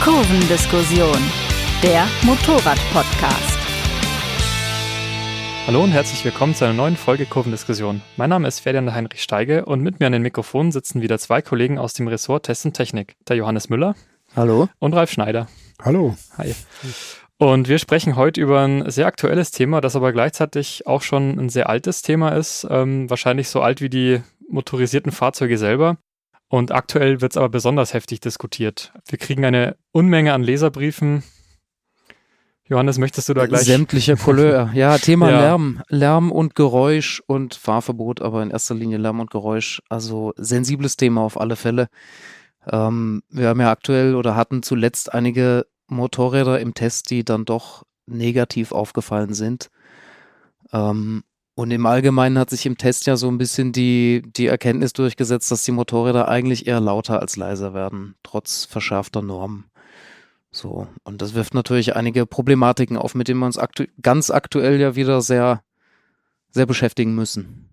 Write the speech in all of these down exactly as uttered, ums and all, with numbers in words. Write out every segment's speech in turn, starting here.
Kurvendiskussion, der Motorrad-Podcast. Hallo und herzlich willkommen zu einer neuen Folge Kurvendiskussion. Mein Name ist Ferdinand Heinrich Steige und mit mir an den Mikrofonen sitzen wieder zwei Kollegen aus dem Ressort Test und Technik, der Johannes Müller. Hallo. Und Ralf Schneider. Hallo. Hi. Und wir sprechen heute über ein sehr aktuelles Thema, das aber gleichzeitig auch schon ein sehr altes Thema ist, ähm, wahrscheinlich so alt wie die motorisierten Fahrzeuge selber. Und aktuell wird es aber besonders heftig diskutiert. Wir kriegen eine Unmenge an Leserbriefen. Johannes, möchtest du da gleich... Sämtliche Couleur. Ja, Thema Ja. Lärm. Lärm und Geräusch und Fahrverbot, aber in erster Linie Lärm und Geräusch. Also sensibles Thema auf alle Fälle. Ähm, wir haben ja aktuell oder hatten zuletzt einige Motorräder im Test, die dann doch negativ aufgefallen sind. Ähm, und im Allgemeinen hat sich im Test ja so ein bisschen die, die Erkenntnis durchgesetzt, dass die Motorräder eigentlich eher lauter als leiser werden, trotz verschärfter Normen. So, und das wirft natürlich einige Problematiken auf, mit denen wir uns aktu- ganz aktuell ja wieder sehr, sehr beschäftigen müssen.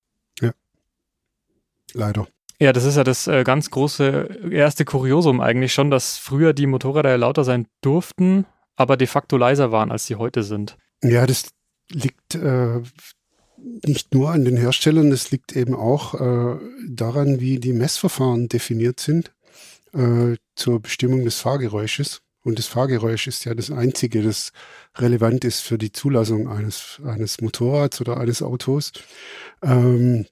Leider. Ja, das ist ja das äh, ganz große erste Kuriosum eigentlich schon, dass früher die Motorräder ja lauter sein durften, aber de facto leiser waren, als sie heute sind. Ja, das liegt äh, nicht nur an den Herstellern, das liegt eben auch äh, daran, wie die Messverfahren definiert sind äh, zur Bestimmung des Fahrgeräusches. Und das Fahrgeräusch ist ja das Einzige, das relevant ist für die Zulassung eines, eines Motorrads oder eines Autos. Ähm,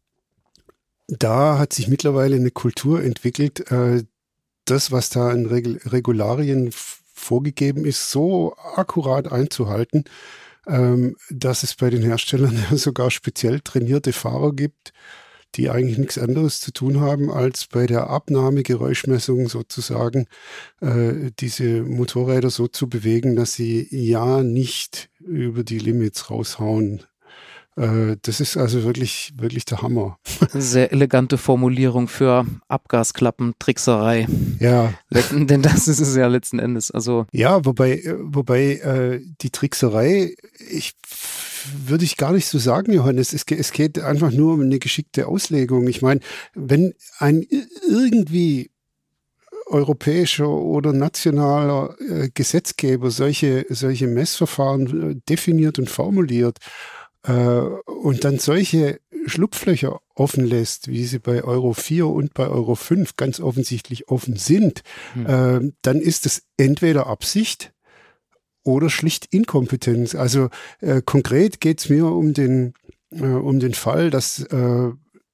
da hat sich mittlerweile eine Kultur entwickelt, äh, das, was da an Regul- Regularien f- vorgegeben ist, so akkurat einzuhalten, ähm, dass es bei den Herstellern sogar speziell trainierte Fahrer gibt, die eigentlich nichts anderes zu tun haben, als bei der Abnahmegeräuschmessung sozusagen äh, diese Motorräder so zu bewegen, dass sie ja nicht über die Limits raushauen. Äh, das ist also wirklich, wirklich der Hammer. Sehr elegante Formulierung für Abgasklappen-Trickserei. Ja. Letzten- Denn das ist es ja letzten Endes. Also Ja, wobei, äh, wobei äh, die Trickserei, ich würde ich gar nicht so sagen, Johannes. Es, ge- es geht einfach nur um eine geschickte Auslegung. Ich meine, wenn ein i- irgendwie europäischer oder nationaler äh, Gesetzgeber solche, solche Messverfahren äh, definiert und formuliert äh, und dann solche Schlupflöcher offen lässt, wie sie bei Euro vier und bei Euro fünf ganz offensichtlich offen sind, Hm. äh, dann ist es entweder Absicht oder schlicht Inkompetenz. Also äh, konkret geht es mir um den, äh, um den Fall, dass äh,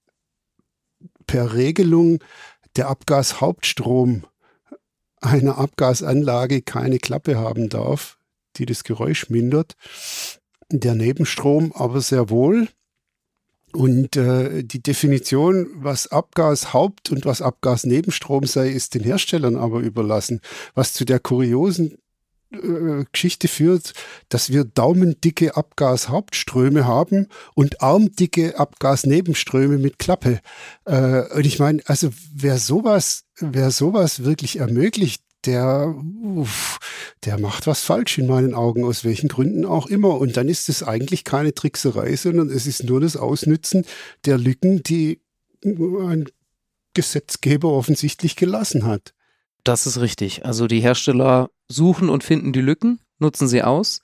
per Regelung der Abgashauptstrom einer Abgasanlage keine Klappe haben darf, die das Geräusch mindert. Der Nebenstrom aber sehr wohl. Und äh, die Definition, was Abgashaupt- und was Abgasnebenstrom sei, ist den Herstellern aber überlassen. Was zu der kuriosen äh, Geschichte führt, dass wir daumendicke Abgashauptströme haben und armdicke Abgasnebenströme mit Klappe. Äh, und ich meine, also wer sowas, wer sowas wirklich ermöglicht, der, uff, der macht was falsch in meinen Augen, aus welchen Gründen auch immer. Und dann ist es eigentlich keine Trickserei, sondern es ist nur das Ausnützen der Lücken, die ein Gesetzgeber offensichtlich gelassen hat. das ist richtig. Also die Hersteller suchen und finden die Lücken, nutzen sie aus.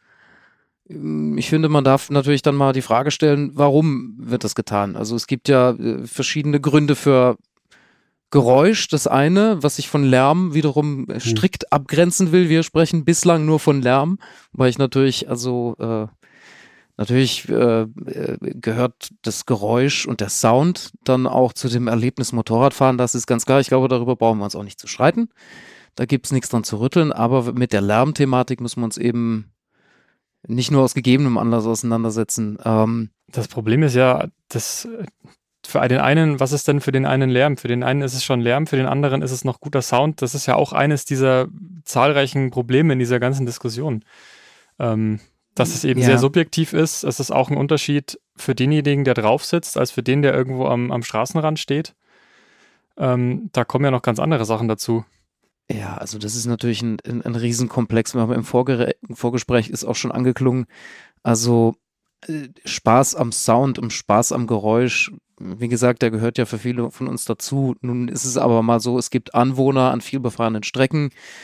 Ich finde, man darf natürlich dann mal die Frage stellen, warum wird das getan? Also es gibt ja äh, verschiedene Gründe für Geräusch. Das eine, was ich von Lärm wiederum äh, strikt abgrenzen will. Wir sprechen bislang nur von Lärm, weil ich natürlich, also äh, natürlich äh, äh, gehört das Geräusch und der Sound dann auch zu dem Erlebnis Motorradfahren. Das ist ganz klar. Ich glaube, darüber brauchen wir uns auch nicht zu streiten. Da gibt es nichts dran zu rütteln. Aber mit der Lärmthematik müssen wir uns eben nicht nur aus gegebenem Anlass auseinandersetzen. Ähm, Das Problem ist ja, dass äh, für den einen, was ist denn für den einen Lärm? Für den einen ist es schon Lärm, für den anderen ist es noch guter Sound. Das ist ja auch eines dieser zahlreichen Probleme in dieser ganzen Diskussion. Ähm, dass es eben Ja. sehr subjektiv ist. Es ist auch ein Unterschied für denjenigen, der drauf sitzt, als für den, der irgendwo am, am Straßenrand steht. Ähm, da kommen ja noch ganz andere Sachen dazu. Ja, also das ist natürlich ein, ein, ein Riesenkomplex. Wir haben im Vorge- Vorgespräch ist auch schon angeklungen. Also äh, Spaß am Sound, um Spaß am Geräusch. Wie gesagt, der gehört ja für viele von uns dazu. Nun ist es aber mal so, es gibt Anwohner an vielbefahrenen Strecken.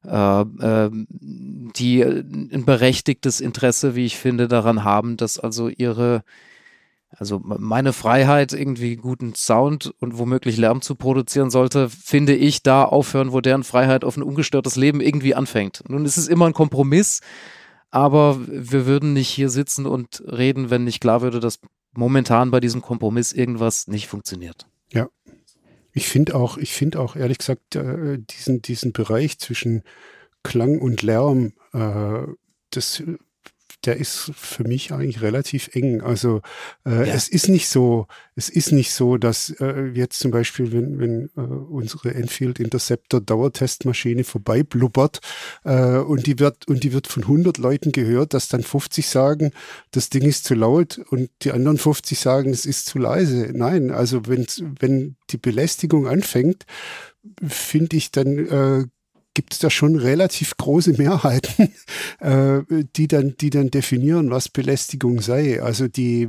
äh, äh, die ein berechtigtes Interesse, wie ich finde, daran haben, dass also ihre, also meine Freiheit, irgendwie guten Sound und womöglich Lärm zu produzieren sollte, finde ich, da aufhören, wo deren Freiheit auf ein ungestörtes Leben irgendwie anfängt. Nun ist es immer ein Kompromiss, aber wir würden nicht hier sitzen und reden, wenn nicht klar würde, dass momentan bei diesem Kompromiss irgendwas nicht funktioniert. Ja. Ich finde auch, ich finde auch ehrlich gesagt, äh, diesen, diesen Bereich zwischen Klang und Lärm, äh, das, der ist für mich eigentlich relativ eng. Also äh, ja. es ist nicht so, es ist nicht so, dass äh, jetzt zum Beispiel, wenn, wenn äh, unsere Enfield Interceptor Dauertestmaschine vorbei blubbert äh, und die wird und die wird von hundert Leuten gehört, dass dann fünfzig sagen, das Ding ist zu laut und die anderen fünfzig sagen, es ist zu leise. Nein, also wenn wenn die Belästigung anfängt, finde ich dann äh, gibt es da schon relativ große Mehrheiten, äh, die dann, die dann definieren, was Belästigung sei. Also die,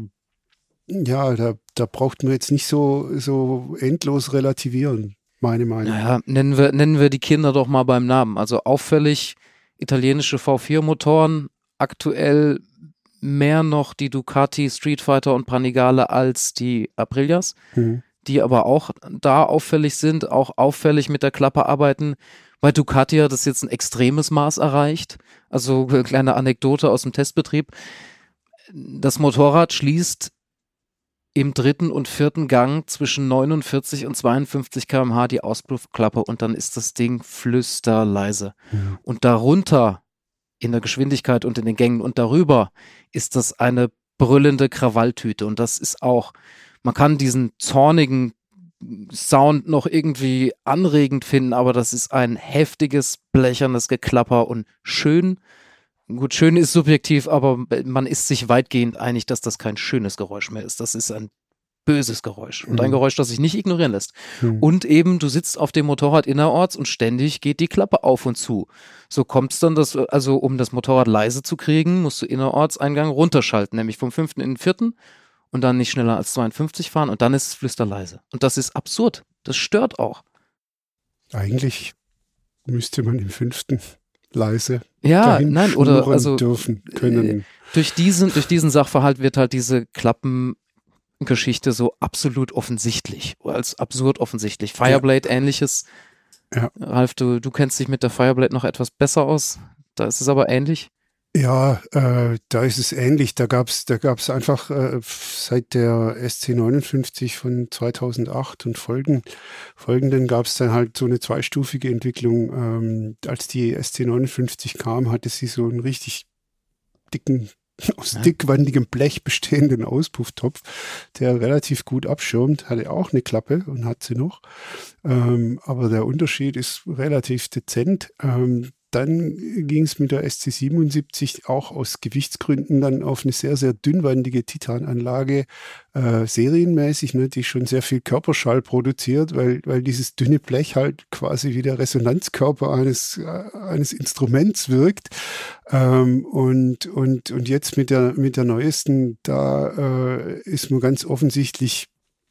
ja, da, da braucht man jetzt nicht so, so endlos relativieren, meine Meinung. Naja, nennen wir, nennen wir die Kinder doch mal beim Namen. Also auffällig italienische V vier Motoren, aktuell mehr noch die Ducati Street Fighter und Panigale als die Aprilias, mhm. die aber auch da auffällig sind, auch auffällig mit der Klappe arbeiten. Bei Ducati hat das jetzt ein extremes Maß erreicht. Also eine kleine Anekdote aus dem Testbetrieb. Das Motorrad schließt im dritten und vierten Gang zwischen neunundvierzig und zweiundfünfzig Kilometer pro Stunde die Auspuffklappe und dann ist das Ding flüsterleise. Ja. Und darunter in der Geschwindigkeit und in den Gängen und darüber ist das eine brüllende Krawalltüte. Und das ist auch, man kann diesen zornigen Sound noch irgendwie anregend finden, aber das ist ein heftiges, blechernes Geklapper und schön, gut, schön ist subjektiv, aber man ist sich weitgehend einig, dass das kein schönes Geräusch mehr ist. Das ist ein böses Geräusch und ein Geräusch, das sich nicht ignorieren lässt. Mhm. Und eben, du sitzt auf dem Motorrad innerorts und ständig geht die Klappe auf und zu. So kommt es dann, dass, also um das Motorrad leise zu kriegen, musst du innerorts einen Gang runterschalten, nämlich vom fünften in den vierten. Und dann nicht schneller als zweiundfünfzig fahren und dann ist es flüsterleise. Und das ist absurd. Das stört auch. Eigentlich müsste man im fünften leise ja, dahin nein, oder also dürfen können. Äh, durch diesen, durch diesen Sachverhalt wird halt diese Klappengeschichte so absolut offensichtlich, als absurd offensichtlich. Fireblade ja. ähnliches. Ja. Ralf, du, du kennst dich mit der Fireblade noch etwas besser aus. Da ist es aber ähnlich. Ja, äh, da ist es ähnlich. Da gab's, da gab's einfach äh, seit der S C neunundfünfzig von zweitausendacht und folgen, folgenden gab's dann halt so eine zweistufige Entwicklung. Ähm, als die S C neunundfünfzig kam, hatte sie so einen richtig dicken, aus ja. dickwandigem Blech bestehenden Auspufftopf, der relativ gut abschirmt, hatte auch eine Klappe und hat sie noch. Ähm, aber der Unterschied ist relativ dezent. Ähm, Dann ging es mit der S C siebenundsiebzig auch aus Gewichtsgründen dann auf eine sehr, sehr dünnwandige Titananlage, äh, serienmäßig, ne, die schon sehr viel Körperschall produziert, weil, weil dieses dünne Blech halt quasi wie der Resonanzkörper eines, äh, eines Instruments wirkt. Ähm, und, und, und jetzt mit der, mit der neuesten, da äh, ist man ganz offensichtlich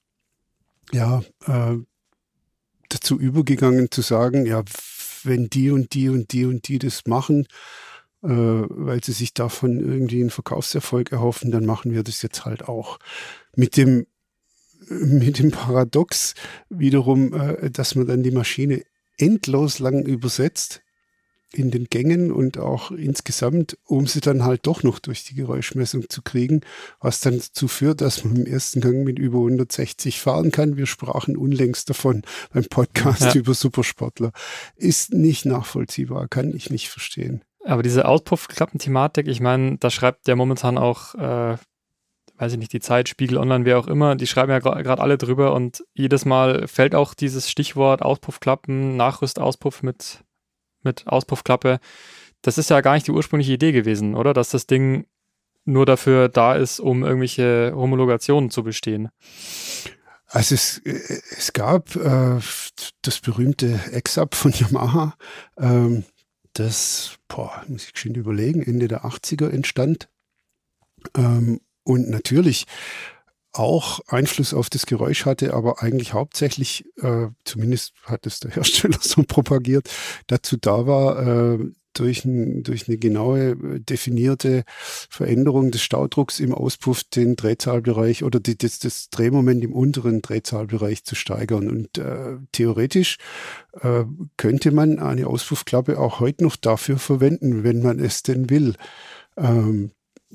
ja, äh, dazu übergegangen zu sagen, ja, wenn die und die und die und die das machen, äh, weil sie sich davon irgendwie einen Verkaufserfolg erhoffen, dann machen wir das jetzt halt auch. Mit dem, mit dem Paradox wiederum, äh, dass man dann die Maschine endlos lang übersetzt in den Gängen und auch insgesamt, um sie dann halt doch noch durch die Geräuschmessung zu kriegen, was dann dazu führt, dass man im ersten Gang mit über hundertsechzig fahren kann. Wir sprachen unlängst davon beim Podcast ja. über Supersportler. Ist nicht nachvollziehbar, kann ich nicht verstehen. Aber diese Auspuffklappen-Thematik, ich meine, da schreibt ja momentan auch, äh, weiß ich nicht, die Zeit, Spiegel Online, wer auch immer, die schreiben ja gerade gra- alle drüber und jedes Mal fällt auch dieses Stichwort Auspuffklappen, Nachrüstauspuff mit mit Auspuffklappe, das ist ja gar nicht die ursprüngliche Idee gewesen, oder? Dass das Ding nur dafür da ist, um irgendwelche Homologationen zu bestehen. Also es, es gab äh, das berühmte X-Up von Yamaha, ähm, das, boah, muss ich schon überlegen, Ende der achtziger entstand. Ähm, und natürlich auch Einfluss auf das Geräusch hatte, aber eigentlich hauptsächlich, äh, zumindest hat es der Hersteller so propagiert, dazu da war, äh, durch, ein, durch eine genaue definierte Veränderung des Staudrucks im Auspuff den Drehzahlbereich oder die, das, das Drehmoment im unteren Drehzahlbereich zu steigern. Und äh, theoretisch äh, könnte man eine Auspuffklappe auch heute noch dafür verwenden, wenn man es denn will. Ähm,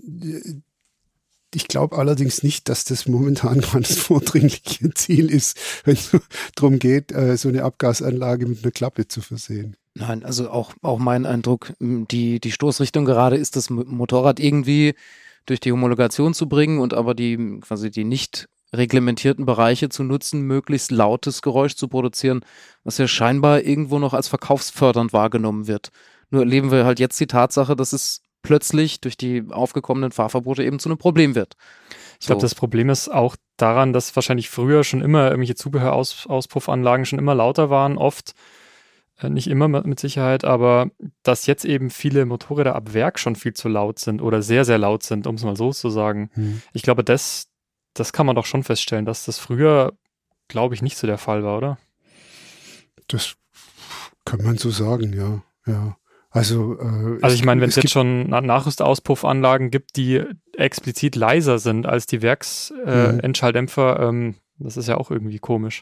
Ich glaube allerdings nicht, dass das momentan das vordringliche Ziel ist, wenn es darum geht, so eine Abgasanlage mit einer Klappe zu versehen. Nein, also auch, auch mein Eindruck, die, die Stoßrichtung gerade ist, das Motorrad irgendwie durch die Homologation zu bringen und aber die quasi die nicht reglementierten Bereiche zu nutzen, möglichst lautes Geräusch zu produzieren, was ja scheinbar irgendwo noch als verkaufsfördernd wahrgenommen wird. Nur erleben wir halt jetzt die Tatsache, dass es plötzlich durch die aufgekommenen Fahrverbote eben zu einem Problem wird. Ich glaube, So. das Problem ist auch daran, dass wahrscheinlich früher schon immer irgendwelche Zubehörauspuffanlagen schon immer lauter waren, oft, äh, nicht immer mit Sicherheit, aber dass jetzt eben viele Motorräder ab Werk schon viel zu laut sind oder sehr, sehr laut sind, um es mal so zu sagen. Hm. Ich glaube, das, das kann man doch schon feststellen, dass das früher, glaube ich, nicht so der Fall war, oder? Das kann man so sagen, ja, ja. Also, äh, Also ich meine, wenn es es jetzt schon Na- Nachrüstaauspuffanlagen gibt, die explizit leiser sind als die Werksendschalldämpfer, äh, Mhm. Endschalldämpfer, ähm, das ist ja auch irgendwie komisch.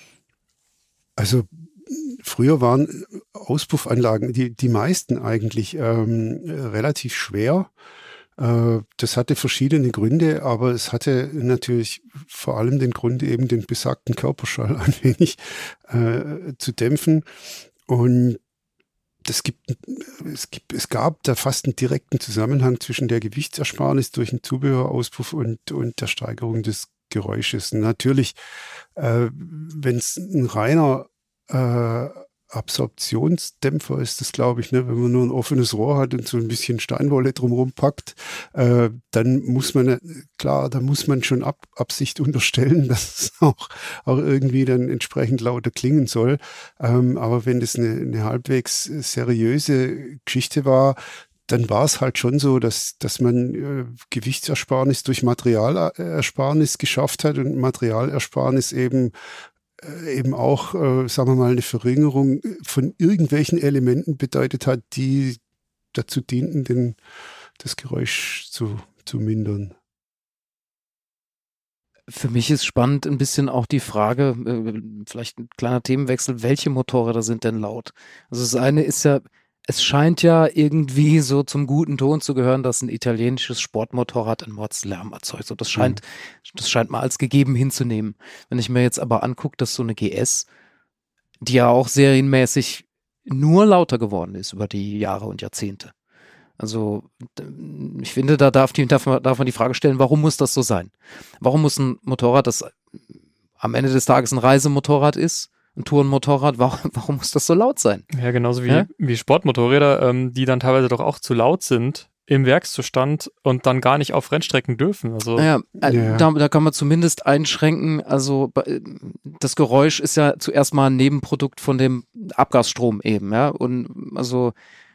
Also früher waren Auspuffanlagen, die, die meisten eigentlich, ähm, relativ schwer. Äh, das hatte verschiedene Gründe, aber es hatte natürlich vor allem den Grund, eben den besagten Körperschall ein wenig äh, zu dämpfen. Und das gibt, es gibt, es gab da fast einen direkten Zusammenhang zwischen der Gewichtsersparnis durch den Zubehörauspuff und, und der Steigerung des Geräusches. Natürlich, äh, wenn es ein reiner äh, Absorptionsdämpfer ist, das glaube ich, ne, wenn man nur ein offenes Rohr hat und so ein bisschen Steinwolle drumherum packt, äh, dann muss man, klar, da muss man schon Ab Absicht unterstellen, dass es auch, auch irgendwie dann entsprechend lauter klingen soll. Ähm, aber wenn das eine, eine halbwegs seriöse Geschichte war, dann war es halt schon so, dass, dass man äh, Gewichtsersparnis durch Materialersparnis geschafft hat und Materialersparnis eben eben auch, äh, sagen wir mal, eine Verringerung von irgendwelchen Elementen bedeutet hat, die dazu dienten, den, das Geräusch zu, zu mindern. Für mich ist spannend ein bisschen auch die Frage, äh, vielleicht ein kleiner Themenwechsel, welche Motorräder sind denn laut? Also das eine ist ja, es scheint ja irgendwie so zum guten Ton zu gehören, dass ein italienisches Sportmotorrad einen Mordslärm erzeugt. So, das scheint, mhm. das scheint mal als gegeben hinzunehmen. Wenn ich mir jetzt aber angucke, dass so eine G S, die ja auch serienmäßig nur lauter geworden ist über die Jahre und Jahrzehnte. Also ich finde, da darf, die, darf, man, darf man die Frage stellen, warum muss das so sein? Warum muss ein Motorrad, das am Ende des Tages ein Reisemotorrad ist, ein Tourenmotorrad, warum, warum muss das so laut sein? Ja, genauso wie, ja? wie Sportmotorräder, ähm, die dann teilweise doch auch zu laut sind im Werkszustand und dann gar nicht auf Rennstrecken dürfen. Also ja, äh, ja. Da, da kann man zumindest einschränken, also das Geräusch ist ja zuerst mal ein Nebenprodukt von dem Abgasstrom eben, ja, und also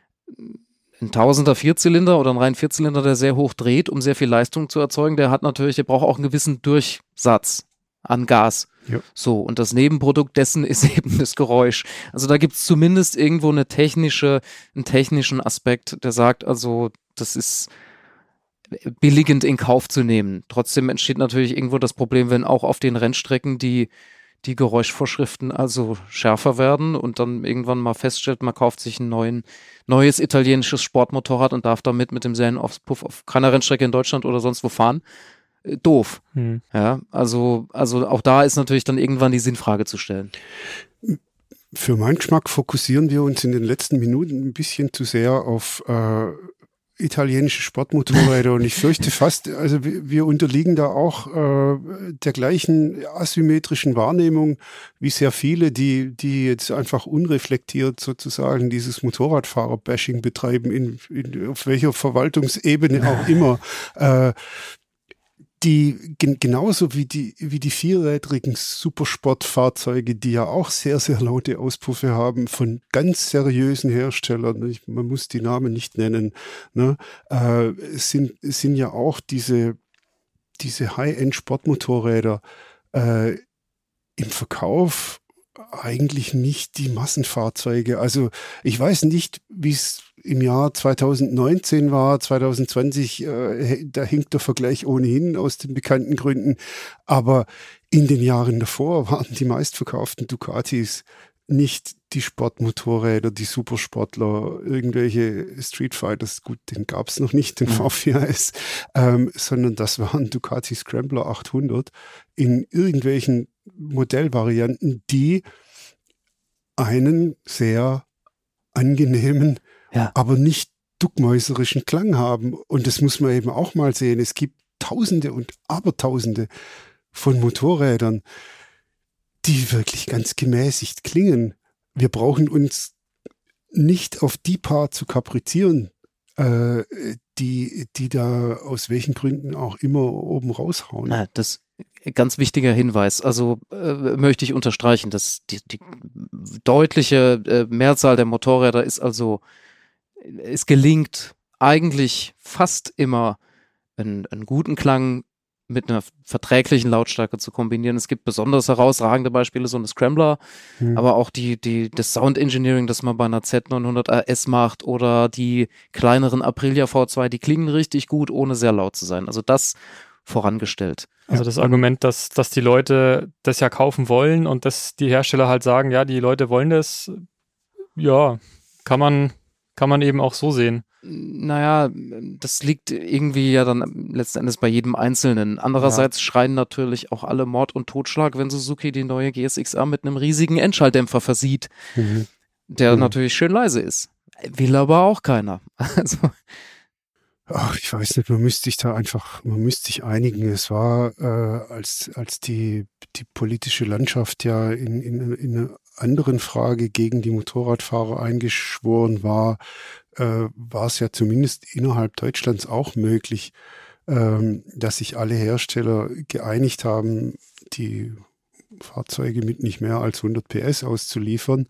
ein Tausender Vierzylinder oder ein rein Vierzylinder, der sehr hoch dreht, um sehr viel Leistung zu erzeugen, der hat natürlich, der braucht auch einen gewissen Durchsatz an Gas. Ja. So, und das Nebenprodukt dessen ist eben das Geräusch. Also da gibt es zumindest irgendwo eine technische, einen technischen Aspekt, der sagt, also das ist billigend in Kauf zu nehmen. Trotzdem entsteht natürlich irgendwo das Problem, wenn auch auf den Rennstrecken die, die Geräuschvorschriften also schärfer werden und dann irgendwann mal feststellt, man kauft sich ein neuen, neues italienisches Sportmotorrad und darf damit mit dem Serienauspuff auf keiner Rennstrecke in Deutschland oder sonst wo fahren. Doof. Hm. Ja, also, also auch da ist natürlich dann irgendwann die Sinnfrage zu stellen. Für meinen Geschmack fokussieren wir uns in den letzten Minuten ein bisschen zu sehr auf äh, italienische Sportmotorräder und ich fürchte fast, also wir, wir unterliegen da auch äh, der gleichen asymmetrischen Wahrnehmung wie sehr viele, die, die jetzt einfach unreflektiert sozusagen dieses Motorradfahrer-Bashing betreiben, in, in, auf welcher Verwaltungsebene auch immer. Äh, Die gen genauso wie die wie die vierrädrigen Supersportfahrzeuge, die ja auch sehr, sehr laute Auspuffe haben von ganz seriösen Herstellern, ich, man muss die Namen nicht nennen, ne, äh, sind, sind ja auch diese diese High-End-Sportmotorräder äh, im Verkauf eigentlich nicht die Massenfahrzeuge. Also ich weiß nicht, wie es im Jahr zwanzig neunzehn war, zwanzig zwanzig, äh, da hinkt der Vergleich ohnehin aus den bekannten Gründen. Aber in den Jahren davor waren die meistverkauften Ducatis nicht die Sportmotorräder, die Supersportler, irgendwelche Streetfighters, gut, den gab es noch nicht, den V vier S, ähm, sondern das waren Ducati Scrambler achthundert in irgendwelchen Modellvarianten, die einen sehr angenehmen, ja. aber nicht duckmäuserischen Klang haben. Und das muss man eben auch mal sehen. Es gibt Tausende und Abertausende von Motorrädern, die wirklich ganz gemäßigt klingen. Wir brauchen uns nicht auf die paar zu kaprizieren, äh, die, die da aus welchen Gründen auch immer oben raushauen. Na, das ganz wichtiger Hinweis. Also äh, möchte ich unterstreichen, dass die, die deutliche äh, Mehrzahl der Motorräder ist also, es gelingt eigentlich fast immer einen, einen guten Klang mit einer verträglichen Lautstärke zu kombinieren. Es gibt besonders herausragende Beispiele, so eine Scrambler, hm. aber auch die, die, das Sound Engineering, das man bei einer Z neunhundert R S macht oder die kleineren Aprilia V zwei, die klingen richtig gut, ohne sehr laut zu sein. Also das vorangestellt. Also das Argument, dass, dass die Leute das ja kaufen wollen und dass die Hersteller halt sagen, ja, die Leute wollen das, ja, kann man, kann man eben auch so sehen. Naja, das liegt irgendwie ja dann letzten Endes bei jedem Einzelnen. Andererseits ja. schreien natürlich auch alle Mord und Totschlag, wenn Suzuki die neue G S X R mit einem riesigen Endschalldämpfer versieht, mhm. der mhm. natürlich schön leise ist. Will aber auch keiner. Also Ach, ich weiß nicht, man müsste sich da einfach, man müsste sich einigen. Es war, äh, als, als die, die politische Landschaft ja in, in, in einer anderen Frage gegen die Motorradfahrer eingeschworen war, äh, war es ja zumindest innerhalb Deutschlands auch möglich, ähm, dass sich alle Hersteller geeinigt haben, die Fahrzeuge mit nicht mehr als hundert P S auszuliefern.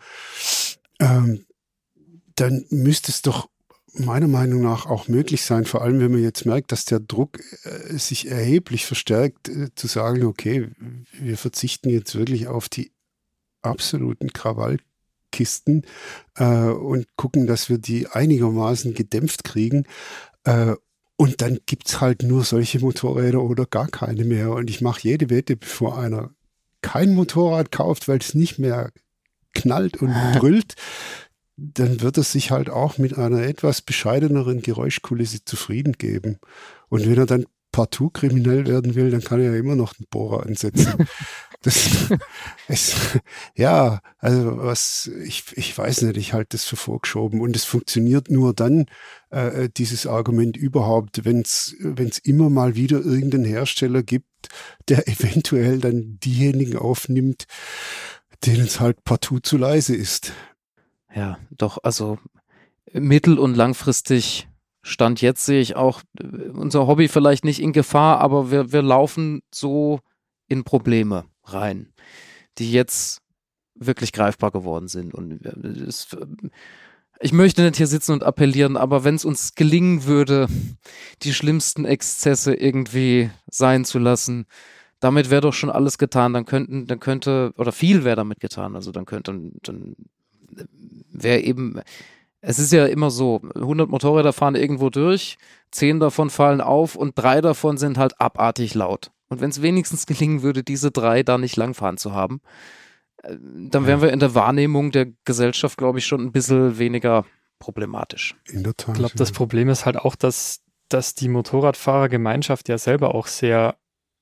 Ähm, dann müsste es doch meiner Meinung nach auch möglich sein, vor allem wenn man jetzt merkt, dass der Druck äh, sich erheblich verstärkt, äh, zu sagen, okay, wir verzichten jetzt wirklich auf die absoluten Krawallkisten äh, und gucken, dass wir die einigermaßen gedämpft kriegen. Äh, und dann gibt's halt nur solche Motorräder oder gar keine mehr. Und ich mache jede Wette, bevor einer kein Motorrad kauft, weil es nicht mehr knallt und brüllt, dann wird es sich halt auch mit einer etwas bescheideneren Geräuschkulisse zufrieden geben. Und wenn er dann partout kriminell werden will, dann kann er ja immer noch einen Bohrer ansetzen. Das ist, ja, also was, ich, ich weiß nicht, ich halte das für vorgeschoben. Und es funktioniert nur dann, äh, dieses Argument überhaupt, wenn es wenn es immer mal wieder irgendeinen Hersteller gibt, der eventuell dann diejenigen aufnimmt, denen es halt partout zu leise ist. Ja, doch, also mittel- und langfristig Stand jetzt sehe ich auch unser Hobby vielleicht nicht in Gefahr, aber wir, wir laufen so in Probleme rein, die jetzt wirklich greifbar geworden sind. Und es, ich möchte nicht hier sitzen und appellieren, aber wenn es uns gelingen würde, die schlimmsten Exzesse irgendwie sein zu lassen, damit wäre doch schon alles getan. Dann könnten, dann könnte, oder viel wäre damit getan. Also dann könnte, dann wäre eben, es ist ja immer so, hundert Motorräder fahren irgendwo durch, zehn davon fallen auf und drei davon sind halt abartig laut. Und wenn es wenigstens gelingen würde, diese drei da nicht langfahren zu haben, dann wären ja. wir in der Wahrnehmung der Gesellschaft, glaube ich, schon ein bisschen weniger problematisch. In der Tat. Ich glaube, das Problem ist halt auch, dass, dass die Motorradfahrergemeinschaft ja selber auch sehr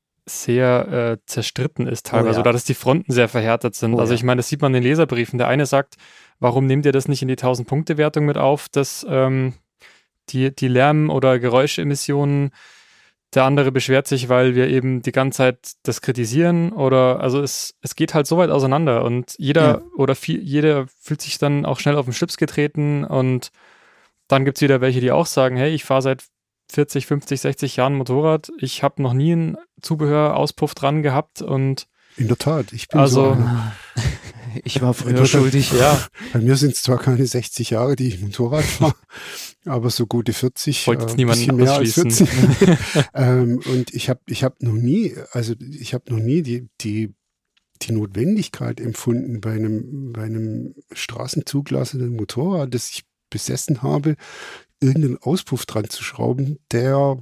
sehr äh, zerstritten ist teilweise, oh ja. oder dass die Fronten sehr verhärtet sind. Oh also ich meine, das sieht man in den Leserbriefen. Der eine sagt, warum nehmt ihr das nicht in die tausend-Punkte-Wertung mit auf, dass ähm, die, die Lärm- oder Geräuschemissionen, der andere beschwert sich, weil wir eben die ganze Zeit das kritisieren oder, also es, es geht halt so weit auseinander und jeder ja. oder viel, jeder fühlt sich dann auch schnell auf den Schlips getreten und dann gibt es wieder welche, die auch sagen, hey, ich fahre seit vierzig, fünfzig, sechzig Jahren Motorrad. Ich habe noch nie einen Zubehörauspuff dran gehabt und in der Tat, ich bin also, so einer. Ich war früher schuldig. Ja. Bei mir sind es zwar keine sechzig Jahre, die ich Motorrad fahre, aber so gute vierzig, wollte äh, jetzt niemanden bisschen mehr als ausschließen. vierzig. ähm, und ich habe ich hab noch nie, also ich habe noch nie die, die, die Notwendigkeit empfunden, bei einem, bei einem straßenzugelassenen Motorrad, das ich besessen habe, irgendeinen Auspuff dran zu schrauben, der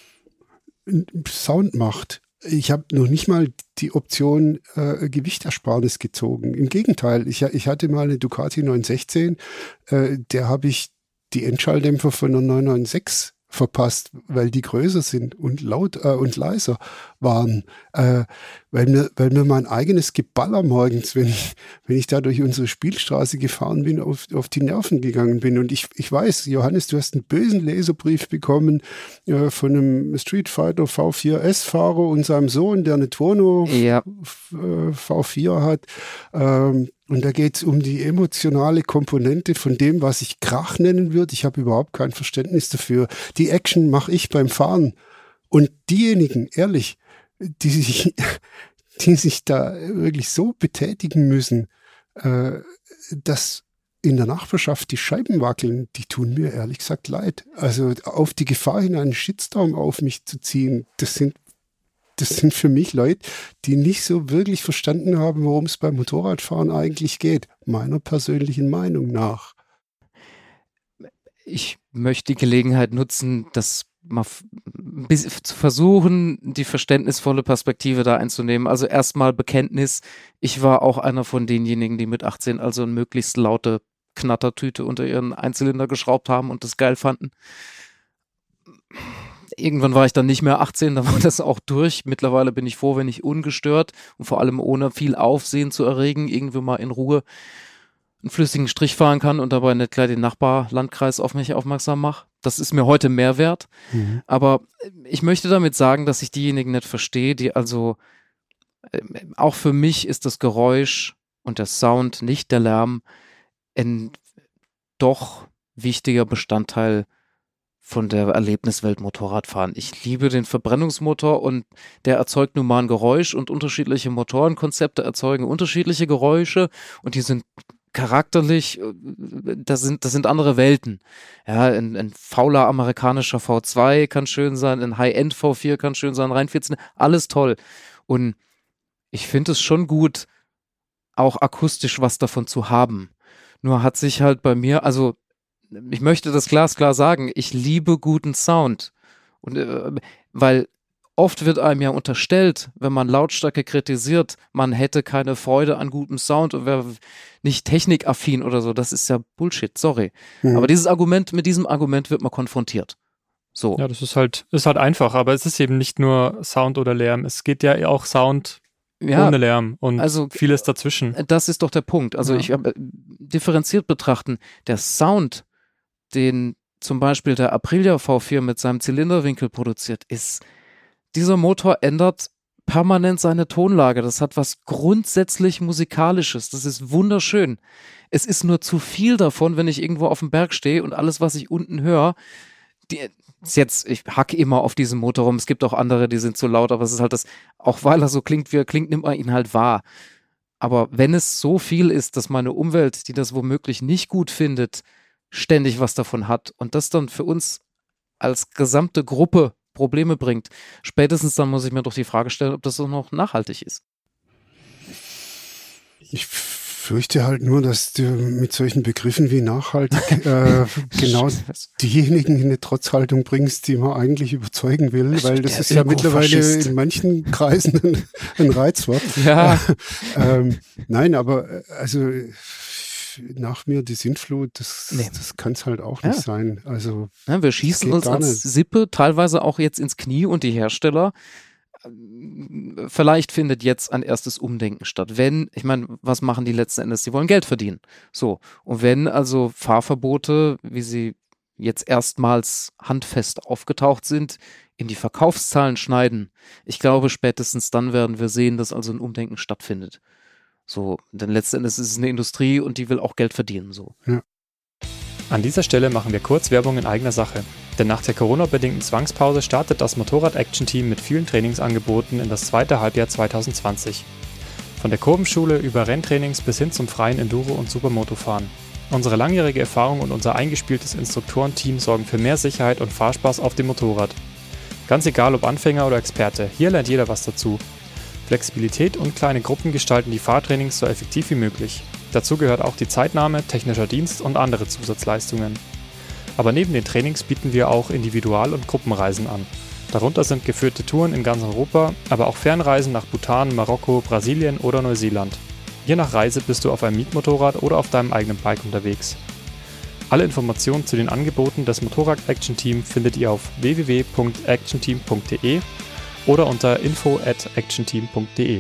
Sound macht. Ich habe noch nicht mal die Option äh, Gewichtersparnis gezogen. Im Gegenteil, ich, ich hatte mal eine Ducati neun sechzehn, äh, der habe ich die Endschalldämpfer von einer neun neun sechs verpasst, weil die größer sind und laut äh, und leiser waren, äh, weil mir, weil mir mein eigenes Geballer morgens, wenn ich, wenn ich da durch unsere Spielstraße gefahren bin, auf, auf die Nerven gegangen bin. Und ich, ich weiß, Johannes, du hast einen bösen Leserbrief bekommen äh, von einem Street Fighter V vier S-Fahrer und seinem Sohn, der eine Tuono Ja. V vier hat. Ähm, Und da geht es um die emotionale Komponente von dem, was ich Krach nennen würde. Ich habe überhaupt kein Verständnis dafür. Die Action mache ich beim Fahren. Und diejenigen, ehrlich, die sich, die sich da wirklich so betätigen müssen, äh, dass in der Nachbarschaft die Scheiben wackeln, die tun mir ehrlich gesagt leid. Also auf die Gefahr hin, einen Shitstorm auf mich zu ziehen, das sind Das sind für mich Leute, die nicht so wirklich verstanden haben, worum es beim Motorradfahren eigentlich geht, meiner persönlichen Meinung nach. Ich möchte die Gelegenheit nutzen, das mal f- bis, zu versuchen, die verständnisvolle Perspektive da einzunehmen. Also erstmal Bekenntnis, ich war auch einer von denjenigen, die mit achtzehn also eine möglichst laute Knattertüte unter ihren Einzylinder geschraubt haben und das geil fanden. Irgendwann war ich dann nicht mehr achtzehn, da war das auch durch. Mittlerweile bin ich froh, wenn ich ungestört und vor allem ohne viel Aufsehen zu erregen, irgendwie mal in Ruhe einen flüssigen Strich fahren kann und dabei nicht gleich den Nachbarlandkreis auf mich aufmerksam mache. Das ist mir heute mehr wert. Mhm. Aber ich möchte damit sagen, dass ich diejenigen nicht verstehe, die also, äh, auch für mich ist das Geräusch und der Sound, nicht der Lärm, ein doch wichtiger Bestandteil von der Erlebniswelt Motorradfahren. Ich liebe den Verbrennungsmotor und der erzeugt nun mal ein Geräusch und unterschiedliche Motorenkonzepte erzeugen unterschiedliche Geräusche und die sind charakterlich, äh, das sind, das sind andere Welten. Ja, ein, ein fauler amerikanischer V zwei kann schön sein, ein High-End V vier kann schön sein, rein vierzehn, alles toll. Und ich finde es schon gut, auch akustisch was davon zu haben. Nur hat sich halt bei mir, also ich möchte das glasklar sagen, ich liebe guten Sound. Und äh, weil oft wird einem ja unterstellt, wenn man Lautstärke kritisiert, man hätte keine Freude an gutem Sound und wäre nicht technikaffin oder so. Das ist ja Bullshit, sorry. Mhm. Aber dieses Argument, mit diesem Argument wird man konfrontiert. So. Ja, das ist halt, ist halt einfach, aber es ist eben nicht nur Sound oder Lärm. Es geht ja auch Sound Ja, ohne Lärm und also- vieles dazwischen. das ist doch der Punkt. Also Ja. ich äh, differenziert betrachten, der Sound, den zum Beispiel der Aprilia V vier mit seinem Zylinderwinkel produziert, ist, dieser Motor ändert permanent seine Tonlage. Das hat was grundsätzlich Musikalisches. Das ist wunderschön. Es ist nur zu viel davon, wenn ich irgendwo auf dem Berg stehe und alles, was ich unten höre, die, ist jetzt, ich hacke immer auf diesem Motor rum. Es gibt auch andere, die sind zu laut, aber es ist halt das, auch weil er so klingt, wie er klingt, nimmt man ihn halt wahr. Aber wenn es so viel ist, dass meine Umwelt, die das womöglich nicht gut findet, ständig was davon hat und das dann für uns als gesamte Gruppe Probleme bringt, spätestens dann muss ich mir doch die Frage stellen, ob das auch noch nachhaltig ist. Ich fürchte halt nur, dass du mit solchen Begriffen wie nachhaltig äh, genau diejenigen in eine Trotzhaltung bringst, die man eigentlich überzeugen will, weil das Der ist ja mittlerweile Ökofaschist. in manchen Kreisen ein, ein Reizwort. Ja. ähm, nein, aber äh, also nach mir die Sintflut, das, Nee. das kann es halt auch nicht Ja. sein. Also Ja, wir schießen geht uns gar als nicht. Sippe teilweise auch jetzt ins Knie und die Hersteller. ähm, Vielleicht findet jetzt ein erstes Umdenken statt. Wenn, ich meine, was machen die letzten Endes? Sie wollen Geld verdienen. So. Und wenn also Fahrverbote, wie sie jetzt erstmals handfest aufgetaucht sind, in die Verkaufszahlen schneiden, ich glaube, spätestens dann werden wir sehen, dass also ein Umdenken stattfindet. So, denn letzten Endes ist es eine Industrie und die will auch Geld verdienen. So. An dieser Stelle machen wir kurz Werbung in eigener Sache. Denn nach der Corona-bedingten Zwangspause startet das Motorrad-Action-Team mit vielen Trainingsangeboten in das zweite Halbjahr zwanzig zwanzig. Von der Kurvenschule über Renntrainings bis hin zum freien Enduro- und Supermotofahren. Unsere langjährige Erfahrung und unser eingespieltes Instruktorenteam sorgen für mehr Sicherheit und Fahrspaß auf dem Motorrad. Ganz egal ob Anfänger oder Experte, hier lernt jeder was dazu. Flexibilität und kleine Gruppen gestalten die Fahrtrainings so effektiv wie möglich. Dazu gehört auch die Zeitnahme, technischer Dienst und andere Zusatzleistungen. Aber neben den Trainings bieten wir auch Individual- und Gruppenreisen an. Darunter sind geführte Touren in ganz Europa, aber auch Fernreisen nach Bhutan, Marokko, Brasilien oder Neuseeland. Je nach Reise bist du auf einem Mietmotorrad oder auf deinem eigenen Bike unterwegs. Alle Informationen zu den Angeboten des Motorrad Action Team findet ihr auf w w w punkt actionteam punkt d e oder unter info at actionteam punkt d e.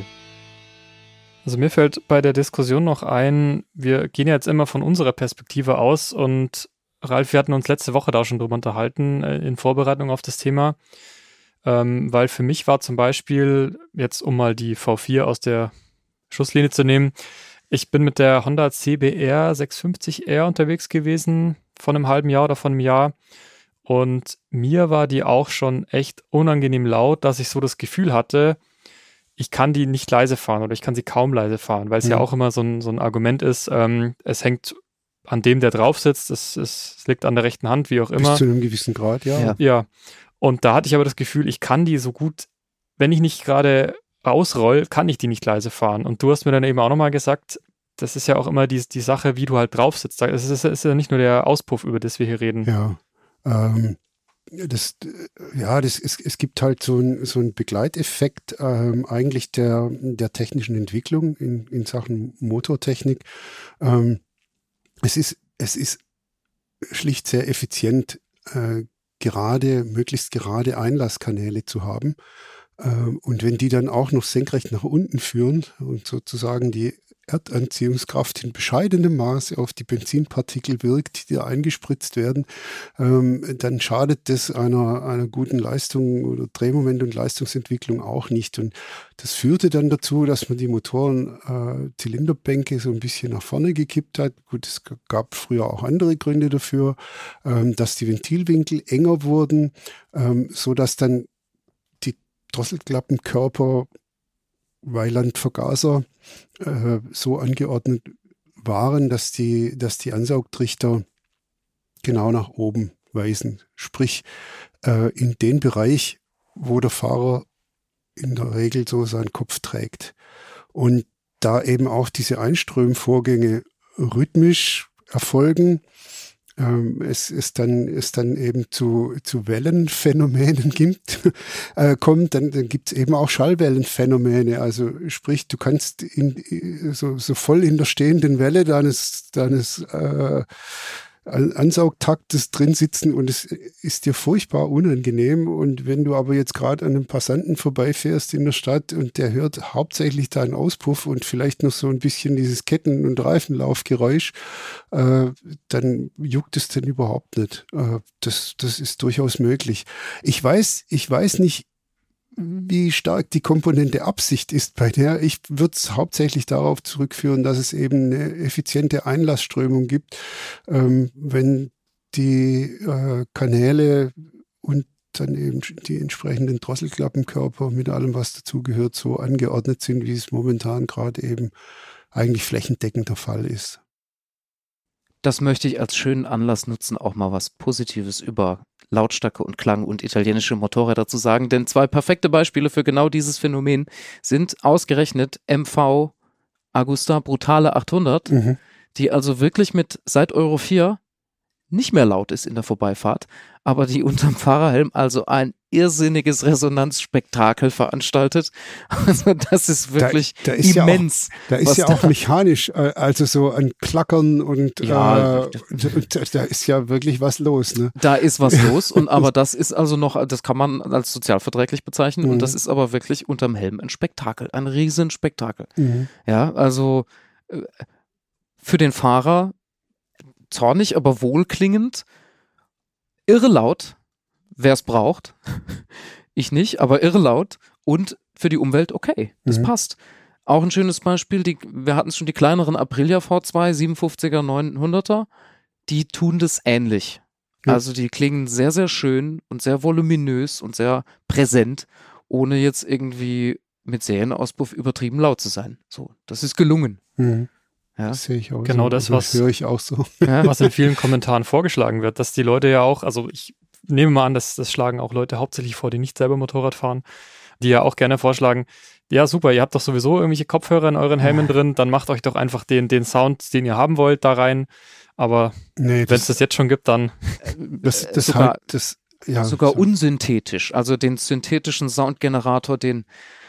Also mir fällt bei der Diskussion noch ein, wir gehen jetzt immer von unserer Perspektive aus und Ralf, wir hatten uns letzte Woche da schon drüber unterhalten in Vorbereitung auf das Thema, ähm, weil für mich war zum Beispiel, jetzt um mal die V vier aus der Schusslinie zu nehmen, ich bin mit der Honda C B R sechshundertfünfzig R unterwegs gewesen, von einem halben Jahr oder von einem Jahr. Und mir war die auch schon echt unangenehm laut, dass ich so das Gefühl hatte, ich kann die nicht leise fahren oder ich kann sie kaum leise fahren, weil es mhm. ja auch immer so ein, so ein Argument ist, ähm, es hängt an dem, der drauf sitzt, es, es, es liegt an der rechten Hand, wie auch immer. Bis zu einem gewissen Grad, ja. Ja. ja. Und da hatte ich aber das Gefühl, ich kann die so gut, wenn ich nicht gerade rausroll, kann ich die nicht leise fahren. Und du hast mir dann eben auch nochmal gesagt, das ist ja auch immer die, die Sache, wie du halt drauf sitzt. Es ist, ist ja nicht nur der Auspuff, über das wir hier reden. Ja. Ähm, das, ja, das, es, es gibt halt so einen so ein Begleiteffekt ähm, eigentlich der, der technischen Entwicklung in, in Sachen Motortechnik. Ähm, es ist, es ist schlicht sehr effizient, äh, gerade, möglichst gerade Einlasskanäle zu haben. Ähm, und wenn die dann auch noch senkrecht nach unten führen und sozusagen die Erdanziehungskraft in bescheidenem Maße auf die Benzinpartikel wirkt, die da eingespritzt werden, ähm, dann schadet das einer, einer guten Leistung oder Drehmoment- und Leistungsentwicklung auch nicht. Und das führte dann dazu, dass man die Motoren, äh, Zylinderbänke so ein bisschen nach vorne gekippt hat. Gut, es gab früher auch andere Gründe dafür, ähm, dass die Ventilwinkel enger wurden, ähm, so dass dann die Drosselklappenkörper Weilandvergaser äh, so angeordnet waren, dass die, dass die Ansaugtrichter genau nach oben weisen. Sprich, äh, in den Bereich, wo der Fahrer in der Regel so seinen Kopf trägt. Und da eben auch diese Einströmvorgänge rhythmisch erfolgen, ähm, es, es, dann, es dann eben zu, zu Wellenphänomenen gibt, äh, kommt, dann, dann gibt es eben auch Schallwellenphänomene. Also sprich, du kannst in, so, so voll in der stehenden Welle deines, deines äh, Ansaugtaktes drin sitzen und es ist dir furchtbar unangenehm. Und wenn du aber jetzt gerade an einem Passanten vorbeifährst in der Stadt und der hört hauptsächlich deinen Auspuff und vielleicht noch so ein bisschen dieses Ketten- und Reifenlaufgeräusch, äh, dann juckt es denn überhaupt nicht. Äh, das, das ist durchaus möglich. Ich weiß, ich weiß nicht, wie stark die Komponente Absicht ist bei der. Ich würde es hauptsächlich darauf zurückführen, dass es eben eine effiziente Einlassströmung gibt, ähm, wenn die äh, Kanäle und dann eben die entsprechenden Drosselklappenkörper mit allem, was dazugehört, so angeordnet sind, wie es momentan gerade eben eigentlich flächendeckend der Fall ist. Das möchte ich als schönen Anlass nutzen, auch mal was Positives über Lautstärke und Klang und italienische Motorräder zu sagen, denn zwei perfekte Beispiele für genau dieses Phänomen sind ausgerechnet M V Agusta Brutale achthundert, mhm. die also wirklich mit seit Euro vier nicht mehr laut ist in der Vorbeifahrt, aber die unterm Fahrerhelm also ein irrsinniges Resonanzspektakel veranstaltet. Also das ist wirklich da, da ist immens. Ja auch, da ist ja auch da mechanisch, also so ein Klackern und ja, äh, da, da ist ja wirklich was los. Ne? Da ist was los und aber das ist also noch, das kann man als sozialverträglich bezeichnen mhm. und das ist aber wirklich unterm Helm ein Spektakel, ein Riesenspektakel. Mhm. Ja, also für den Fahrer zornig, aber wohlklingend, irre laut, wer es braucht, ich nicht, aber irre laut und für die Umwelt okay, das mhm. passt. Auch ein schönes Beispiel, die, wir hatten schon die kleineren Aprilia V zwei, siebenundfünfziger, neunhunderter, die tun das ähnlich. Mhm. Also die klingen sehr, sehr schön und sehr voluminös und sehr präsent, ohne jetzt irgendwie mit Serienauspuff übertrieben laut zu sein. So, das ist gelungen. Mhm. Ja. Das sehe ich auch Genau so. das, Also, was- höre ich auch so. Ja. was in vielen Kommentaren vorgeschlagen wird, dass die Leute ja auch, also ich nehme mal an, dass das schlagen auch Leute hauptsächlich vor, die nicht selber Motorrad fahren, die ja auch gerne vorschlagen, ja super, ihr habt doch sowieso irgendwelche Kopfhörer in euren Helmen drin, dann macht euch doch einfach den, den Sound, den ihr haben wollt, da rein. Aber Nee, wenn es das jetzt schon gibt, dann das, das sogar- halt, das, ja, Sogar so. unsynthetisch. Also den synthetischen Soundgenerator, den,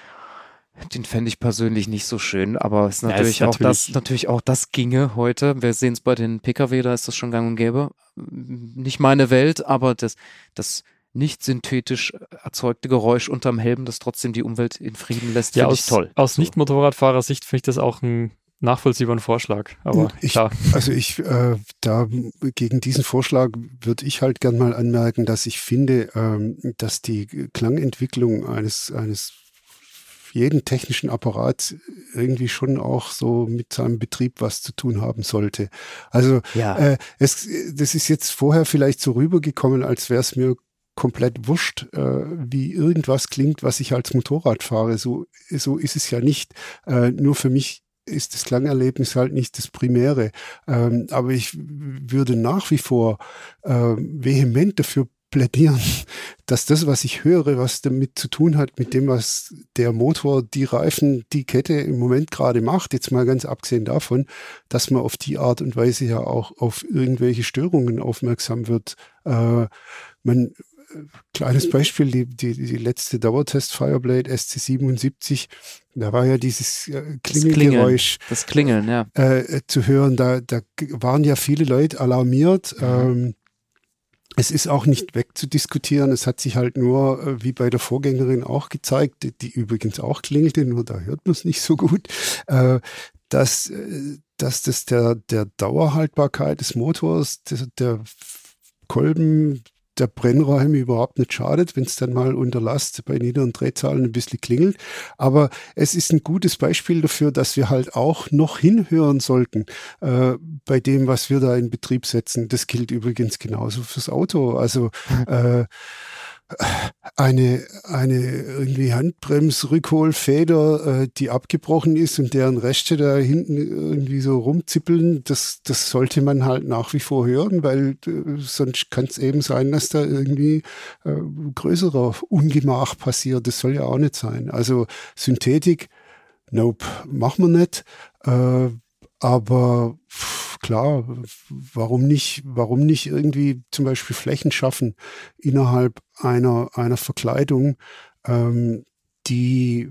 den fände ich persönlich nicht so schön, aber es ist Ja, natürlich, ist auch das, natürlich- natürlich auch das ginge heute. Wir sehen es bei den P K W, da ist das schon gang und gäbe. Nicht meine Welt, aber das, das nicht synthetisch erzeugte Geräusch unterm Helm, das trotzdem die Umwelt in Frieden lässt, ja, finde ich aus, toll. aus So. Nicht-Motorradfahrersicht finde ich das auch ein nachvollziehbaren Vorschlag. Aber Ich, klar, also ich, äh, da gegen diesen Vorschlag würde ich halt gern mal anmerken, dass ich finde, ähm, dass die Klangentwicklung eines, eines jeden technischen Apparats irgendwie schon auch so mit seinem Betrieb was zu tun haben sollte. Also Ja. äh, es, das ist jetzt vorher vielleicht so rübergekommen, als wäre es mir komplett wurscht, äh, wie irgendwas klingt, was ich als Motorrad fahre. So, so ist es ja nicht. Äh, nur für mich ist das Klangerlebnis halt nicht das Primäre. Ähm, aber ich würde nach wie vor äh, vehement dafür plädieren, dass das, was ich höre, was damit zu tun hat, mit dem, was der Motor, die Reifen, die Kette im Moment gerade macht, jetzt mal ganz abgesehen davon, dass man auf die Art und Weise ja auch auf irgendwelche Störungen aufmerksam wird. Äh, man Kleines Beispiel, die, die, die letzte Dauertest Fireblade S C siebenundsiebzig, da war ja dieses äh, Klingelgeräusch Das Klingeln, ja. äh, zu hören. Da, da waren ja viele Leute alarmiert. Ähm, es ist auch nicht wegzudiskutieren. Es hat sich halt nur, äh, wie bei der Vorgängerin auch gezeigt, die, die übrigens auch klingelte, nur da hört man es nicht so gut, äh, dass, äh, dass das der, der Dauerhaltbarkeit des Motors, der, der Kolben, der Brennräume überhaupt nicht schadet, wenn es dann mal unter Last bei niederen Drehzahlen ein bisschen klingelt. Aber es ist ein gutes Beispiel dafür, dass wir halt auch noch hinhören sollten äh, bei dem, was wir da in Betrieb setzen. Das gilt übrigens genauso fürs Auto. Also äh, eine, eine irgendwie Handbremsrückholfeder, äh, die abgebrochen ist und deren Reste da hinten irgendwie so rumzippeln, das, das sollte man halt nach wie vor hören, weil äh, sonst kann es eben sein, dass da irgendwie äh, größerer Ungemach passiert. Das soll ja auch nicht sein. Also Synthetik, nope, machen wir nicht. Äh, aber pff, klar, warum nicht, warum nicht irgendwie zum Beispiel Flächen schaffen innerhalb einer, einer Verkleidung, ähm, die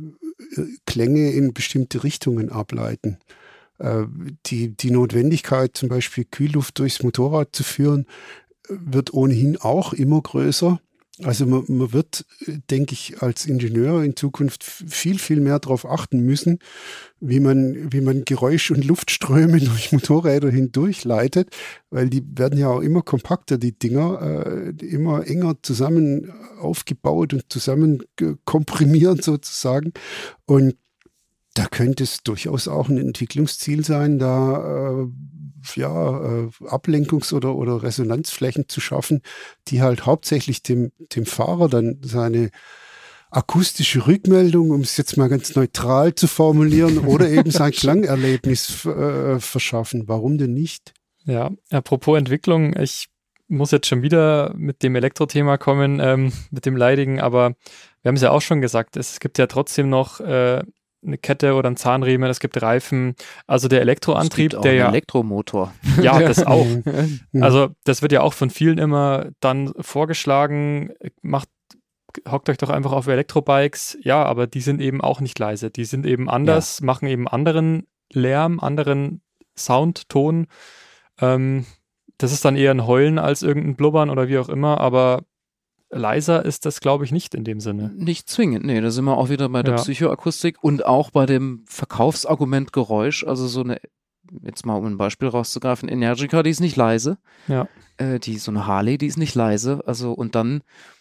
Klänge in bestimmte Richtungen ableiten. Äh, die, die Notwendigkeit, zum Beispiel Kühlluft durchs Motorrad zu führen, wird ohnehin auch immer größer. Also man, man wird, denke ich, als Ingenieur in Zukunft viel, viel mehr darauf achten müssen, wie man, wie man Geräusch- und Luftströme durch Motorräder hindurch leitet, weil die werden ja auch immer kompakter, die Dinger, äh, immer enger zusammen aufgebaut und zusammen komprimiert sozusagen. Und da könnte es durchaus auch ein Entwicklungsziel sein, da äh, ja, äh, Ablenkungs- oder, oder Resonanzflächen zu schaffen, die halt hauptsächlich dem, dem Fahrer dann seine akustische Rückmeldung, um es jetzt mal ganz neutral zu formulieren, oder eben sein Klangerlebnis äh, verschaffen. Warum denn nicht? ja, apropos Entwicklung, ich muss jetzt schon wieder mit dem Elektrothema kommen, ähm, mit dem Leidigen, aber wir haben es ja auch schon gesagt, es gibt ja trotzdem noch äh, eine Kette oder einen Zahnriemen, es gibt Reifen, also der Elektroantrieb, Es gibt auch der einen ja, Elektromotor. ja, das auch. Mhm. Also das wird ja auch von vielen immer dann vorgeschlagen, macht, hockt euch doch einfach auf Elektrobikes, ja, aber die sind eben auch nicht leise, die sind eben anders, machen eben anderen Lärm, anderen Sound, Ton, ähm, das ist dann eher ein Heulen als irgendein Blubbern oder wie auch immer, aber leiser ist das, glaube ich, nicht in dem Sinne. Nicht zwingend, nee, da sind wir auch wieder bei der Ja. Psychoakustik und auch bei dem Verkaufsargument Geräusch, also so eine, jetzt mal um ein Beispiel rauszugreifen, Energica, die ist nicht leise, Ja. äh, die, so eine Harley, die ist nicht leise, also und dann,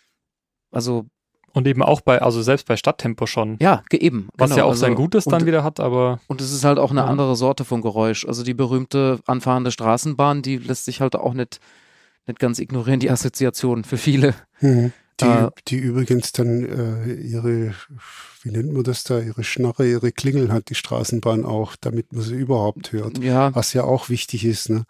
also Und eben auch bei, also selbst bei Stadttempo schon, ja, ge- eben. was genau, ja auch also, sein Gutes dann und, wieder hat, aber Und es ist halt auch eine Ja. andere Sorte von Geräusch, also die berühmte anfahrende Straßenbahn, die lässt sich halt auch nicht, nicht ganz ignorieren, die Assoziation für viele. Mhm. Die, Äh, die übrigens dann äh, ihre, wie nennt man das da, ihre Schnarre, ihre Klingel hat, die Straßenbahn auch, damit man sie überhaupt hört. ja, Was ja auch wichtig ist, ne?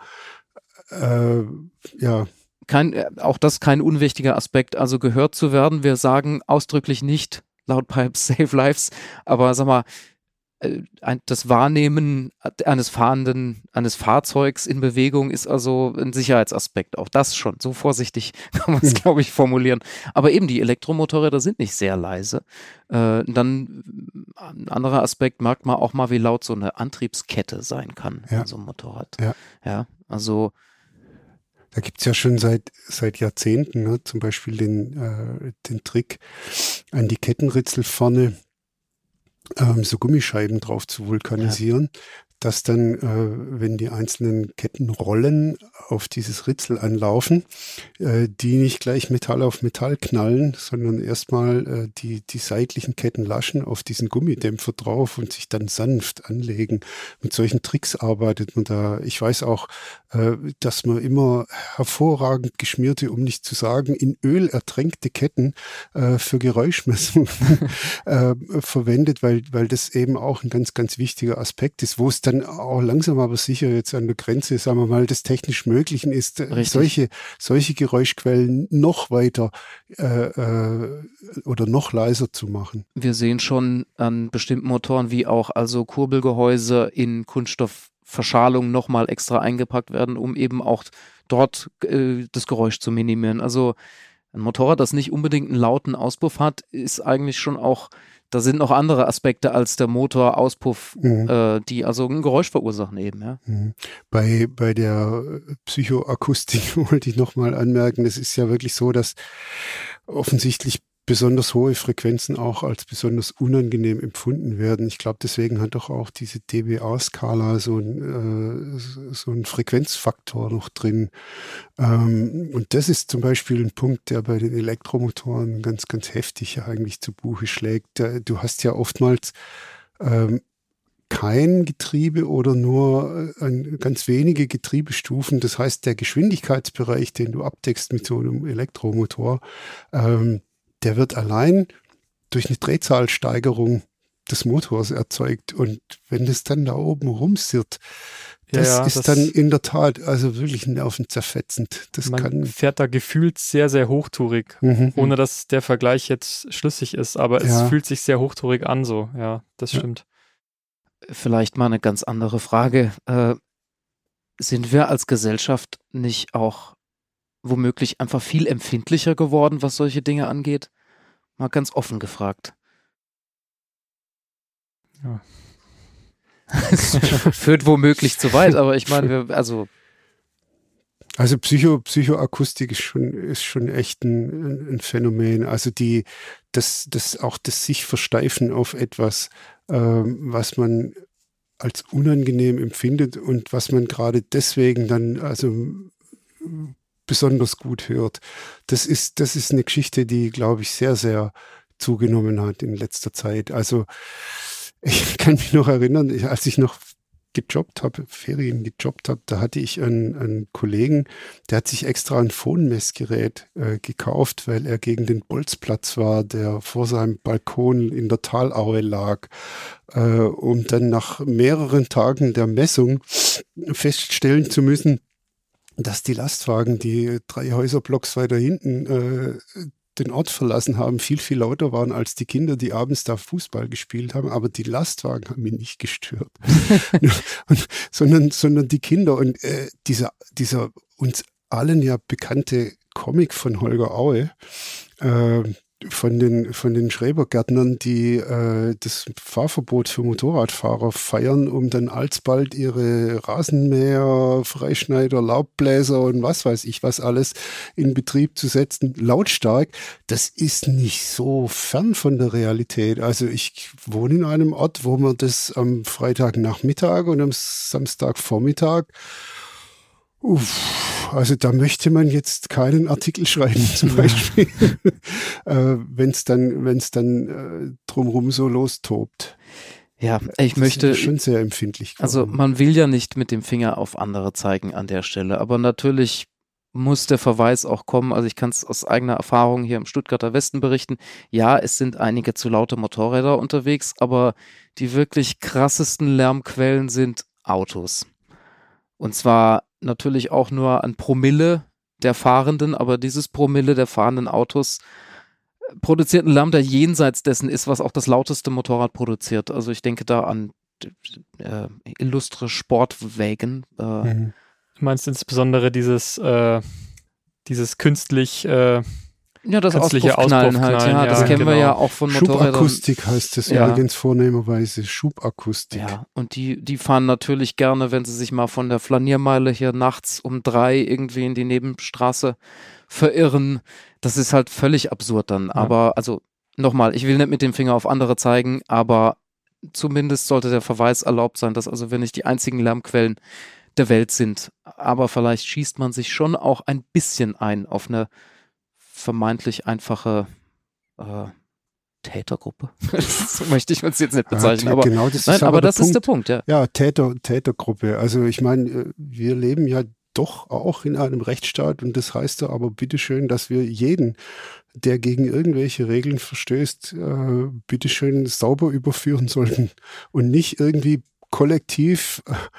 Äh, ja. kein, äh, auch das kein unwichtiger Aspekt, also gehört zu werden. Wir sagen ausdrücklich nicht laut Pipes Save Lives, aber sag mal, äh, ein, das Wahrnehmen eines fahrenden, eines Fahrzeugs in Bewegung ist also ein Sicherheitsaspekt. Auch das schon. So vorsichtig kann man es, Hm. glaube ich, formulieren. Aber eben die Elektromotorräder sind nicht sehr leise. Äh, dann ein anderer Aspekt, merkt man auch mal, wie laut so eine Antriebskette sein kann Ja. an so einem Motorrad. Ja. Ja, also Da gibt's ja schon seit, seit Jahrzehnten, ne, zum Beispiel den, äh, den Trick, an die Kettenritzel vorne ähm, so Gummischeiben drauf zu vulkanisieren, dass dann, äh, wenn die einzelnen Kettenrollen auf dieses Ritzel anlaufen, äh, die nicht gleich Metall auf Metall knallen, sondern erstmal äh, die, die seitlichen Kettenlaschen auf diesen Gummidämpfer drauf und sich dann sanft anlegen. Mit solchen Tricks arbeitet man da. Ich weiß auch, äh, dass man immer hervorragend geschmierte, um nicht zu sagen, in Öl ertränkte Ketten äh, für Geräuschmessungen äh, verwendet, weil, weil das eben auch ein ganz, ganz wichtiger Aspekt ist, wo es dann auch langsam aber sicher jetzt an der Grenze, sagen wir mal, des technisch Möglichen ist, Richtig. solche, solche Geräuschquellen noch weiter äh, äh, oder noch leiser zu machen. wir sehen schon an bestimmten Motoren, wie auch also Kurbelgehäuse in Kunststoffverschalung nochmal extra eingepackt werden, um eben auch dort äh, das Geräusch zu minimieren. Also ein Motorrad, das nicht unbedingt einen lauten Auspuff hat, ist eigentlich schon auch, da sind noch andere Aspekte als der Motorauspuff, Mhm. äh, die also ein Geräusch verursachen eben, ja. Mhm. Bei, bei der Psychoakustik wollte ich nochmal anmerken, es ist ja wirklich so, dass offensichtlich besonders hohe Frequenzen auch als besonders unangenehm empfunden werden. Ich glaube, deswegen hat doch auch diese D B A-Skala so ein, äh, so ein Frequenzfaktor noch drin. Ähm, und das ist zum Beispiel ein Punkt, der bei den Elektromotoren ganz, ganz heftig eigentlich zu Buche schlägt. Da- Du hast ja oftmals ähm, kein Getriebe oder nur äh, ein, ganz wenige Getriebestufen. Das heißt, der Geschwindigkeitsbereich, den du abdeckst mit so einem Elektromotor, ähm, der wird allein durch eine Drehzahlsteigerung des Motors erzeugt. Und wenn das dann da oben rumsirrt, Ja, das ja, ist das- dann in der Tat also wirklich nervenzerfetzend. Das Man kann. fährt da gefühlt sehr, sehr hochtourig, Mhm. ohne dass der Vergleich jetzt schlüssig ist, aber es Ja. fühlt sich sehr hochtourig an so. Ja, das Ja. stimmt. Vielleicht mal eine ganz andere Frage. Äh, sind wir als Gesellschaft nicht auch womöglich einfach viel empfindlicher geworden, was solche Dinge angeht? Mal ganz offen gefragt. Ja. Es führt womöglich zu weit, aber ich meine, wir, also Also Psycho, Psychoakustik ist schon, ist schon echt ein, ein Phänomen. Also die, das, das auch das sich versteifen auf etwas, ähm, was man als unangenehm empfindet und was man gerade deswegen dann also besonders gut hört. Das ist, das ist eine Geschichte, die, glaube ich, sehr, sehr zugenommen hat in letzter Zeit. Also ich kann mich noch erinnern, ich- als ich noch gejobbt habe, Ferien gejobbt habe, da hatte ich einen, einen Kollegen, der hat sich extra ein Phonmessgerät äh, gekauft, weil er gegen den Bolzplatz war, der vor seinem Balkon in der Talaue lag, äh, um dann nach mehreren Tagen der Messung feststellen zu müssen, dass die Lastwagen, die drei Häuserblocks weiter hinten äh, den Ort verlassen haben, viel, viel lauter waren als die Kinder, die abends da Fußball gespielt haben. Aber die Lastwagen haben mich nicht gestört, und, sondern, sondern die Kinder. Und äh, dieser, dieser uns allen ja bekannte Comic von Holger Aue, äh, von den, von den Schrebergärtnern, die äh, das Fahrverbot für Motorradfahrer feiern, um dann alsbald ihre Rasenmäher, Freischneider, Laubbläser und was weiß ich was alles in Betrieb zu setzen, lautstark, das ist nicht so fern von der Realität. Also ich wohne in einem Ort, wo man das am Freitagnachmittag und am Samstagvormittag Uff, also da möchte man jetzt keinen Artikel schreiben, zum Beispiel, äh, wenn es dann, wenn es dann äh, drumherum so lostobt. ja, ich Das möchte, ist schon sehr empfindlich geworden. also man will ja nicht mit dem Finger auf andere zeigen an der Stelle, aber natürlich muss der Verweis auch kommen. Also ich kann es aus eigener Erfahrung hier im Stuttgarter Westen berichten. Ja, es sind einige zu laute Motorräder unterwegs, aber die wirklich krassesten Lärmquellen sind Autos. Und zwar natürlich auch nur an Promille der Fahrenden, aber dieses Promille der fahrenden Autos produziert einen Lärm, der jenseits dessen ist, was auch das lauteste Motorrad produziert. Also ich denke da an äh, illustre Sportwägen. Äh, mhm. Du meinst insbesondere dieses, äh, dieses künstlich äh, ja, das künstliche Auspuffknallen halt. Ja, ja, das kennen genau. wir ja auch von Motorrädern. Schubakustik heißt das ja. übrigens vornehmerweise, Schubakustik. Ja, und die, die fahren natürlich gerne, wenn sie sich mal von der Flaniermeile hier nachts um drei irgendwie in die Nebenstraße verirren. Das ist halt völlig absurd dann. Ja. Aber also nochmal, ich will nicht mit dem Finger auf andere zeigen, aber zumindest sollte der Verweis erlaubt sein, dass also wir nicht die einzigen Lärmquellen der Welt sind. Aber vielleicht schießt man sich schon auch ein bisschen ein auf eine vermeintlich einfache äh, Tätergruppe. So möchte ich uns jetzt nicht bezeichnen. Ja, aber genau, das nein, ist aber, aber das der ist Punkt. der Punkt, ja. Ja, Täter, Tätergruppe. Also ich meine, wir leben ja doch auch in einem Rechtsstaat und das heißt ja aber bitteschön, dass wir jeden, der gegen irgendwelche Regeln verstößt, äh, bitteschön sauber überführen sollten und nicht irgendwie kollektiv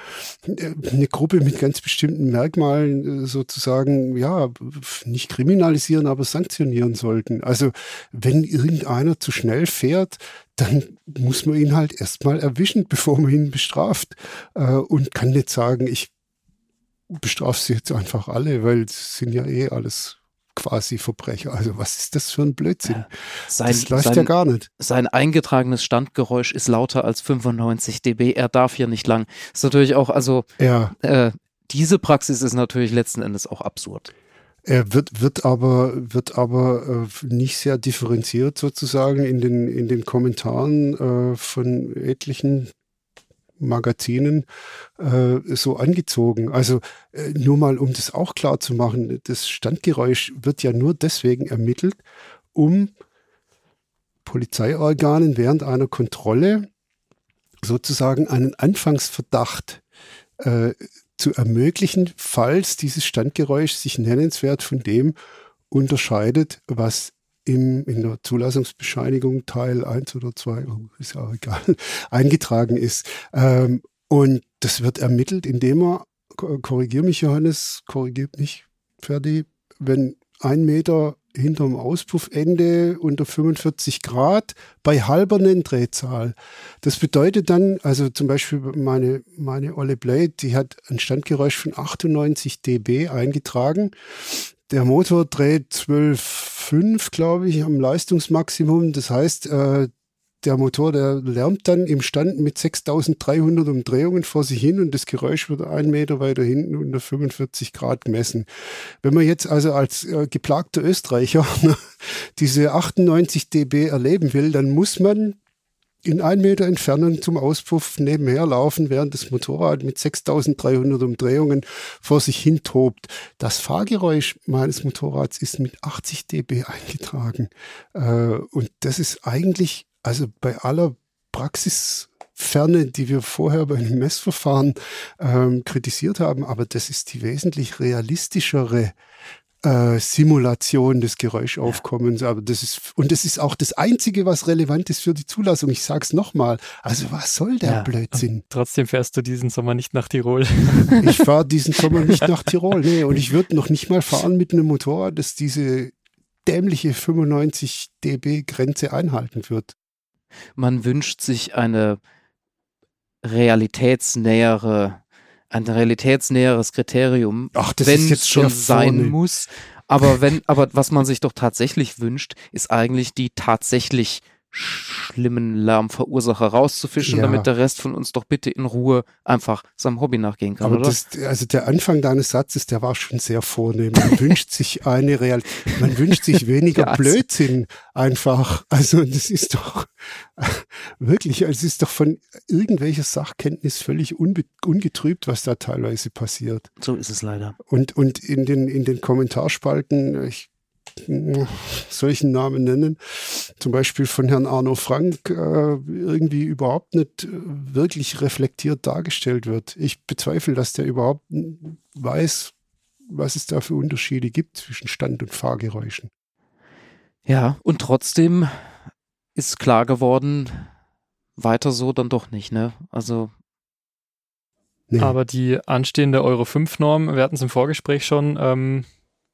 eine Gruppe mit ganz bestimmten Merkmalen sozusagen, ja, nicht kriminalisieren, aber sanktionieren sollten. Also wenn irgendeiner zu schnell fährt, dann muss man ihn halt erstmal erwischen, bevor man ihn bestraft, und kann nicht sagen, ich bestrafe sie jetzt einfach alle, weil es sind ja eh alles quasi Verbrecher. Also was ist das für ein Blödsinn? Sein, das läuft sein, ja gar nicht. Sein eingetragenes Standgeräusch ist lauter als fünfundneunzig Dezibel. Er darf hier nicht lang. Das ist natürlich auch, also ja. äh, diese Praxis ist natürlich letzten Endes auch absurd. Er wird, wird aber, wird aber äh, nicht sehr differenziert sozusagen in den, in den Kommentaren äh, von etlichen Magazinen äh, so angezogen. Also äh, nur mal, um das auch klar zu machen, das Standgeräusch wird ja nur deswegen ermittelt, um Polizeiorganen während einer Kontrolle sozusagen einen Anfangsverdacht äh, zu ermöglichen, falls dieses Standgeräusch sich nennenswert von dem unterscheidet, was Im, in der Zulassungsbescheinigung Teil eins oder zwei, oh, ist ja auch egal, eingetragen ist. Ähm, und das wird ermittelt, indem er, korrigier mich Johannes, korrigiert mich Ferdi, wenn ein Meter hinterm Auspuffende unter fünfundvierzig Grad bei halber Nenndrehzahl. Das bedeutet dann, also zum Beispiel meine, meine Olle Blade, die hat ein Standgeräusch von achtundneunzig Dezibel eingetragen. Der Motor dreht zwölf Komma fünf, glaube ich, am Leistungsmaximum. Das heißt, äh, der Motor, der lärmt dann im Stand mit sechstausenddreihundert Umdrehungen vor sich hin und das Geräusch wird einen Meter weiter hinten unter fünfundvierzig Grad gemessen. Wenn man jetzt also als äh, geplagter Österreicher diese achtundneunzig Dezibel erleben will, dann muss man in einen Meter Entfernung zum Auspuff nebenher laufen, während das Motorrad mit sechstausenddreihundert Umdrehungen vor sich hin tobt. Das Fahrgeräusch meines Motorrads ist mit achtzig Dezibel eingetragen. Äh, und das ist eigentlich, also bei aller Praxisferne, die wir vorher bei einem Messverfahren ähm, kritisiert haben, aber das ist die wesentlich realistischere Äh, Simulation des Geräuschaufkommens, aber das ist, und das ist auch das Einzige, was relevant ist für die Zulassung. Ich sag's nochmal. Also was soll der ja. Blödsinn? Trotzdem fährst du diesen Sommer nicht nach Tirol. Ich fahre diesen Sommer nicht nach Tirol, nee, und ich würde noch nicht mal fahren mit einem Motorrad, das diese dämliche fünfundneunzig Dezibel Grenze einhalten wird. Man wünscht sich eine realitätsnähere ein realitätsnäheres Kriterium, Ach, das wenn ist jetzt es schon sein vorne. muss. Aber wenn, aber was man sich doch tatsächlich wünscht, ist eigentlich die tatsächlich schlimmen Lärmverursacher rauszufischen, Ja. damit der Rest von uns doch bitte in Ruhe einfach seinem Hobby nachgehen kann, Aber oder? das, also der Anfang deines Satzes, der war schon sehr vornehm. Man wünscht sich eine Real, man wünscht sich weniger Ja, also- Blödsinn einfach. Also das ist doch wirklich, es ist doch von irgendwelcher Sachkenntnis völlig unbe, ungetrübt, was da teilweise passiert. So ist es leider. Und, und in den, in den Kommentarspalten, ich solchen Namen nennen, zum Beispiel von Herrn Arno Frank, äh, irgendwie überhaupt nicht äh, wirklich reflektiert dargestellt wird. Ich bezweifle, dass der überhaupt weiß, was es da für Unterschiede gibt zwischen Stand- und Fahrgeräuschen. Ja, und trotzdem ist klar geworden, weiter so dann doch nicht, ne? Also. Nee. Aber die anstehende Euro fünf Norm, wir hatten es im Vorgespräch schon, ähm,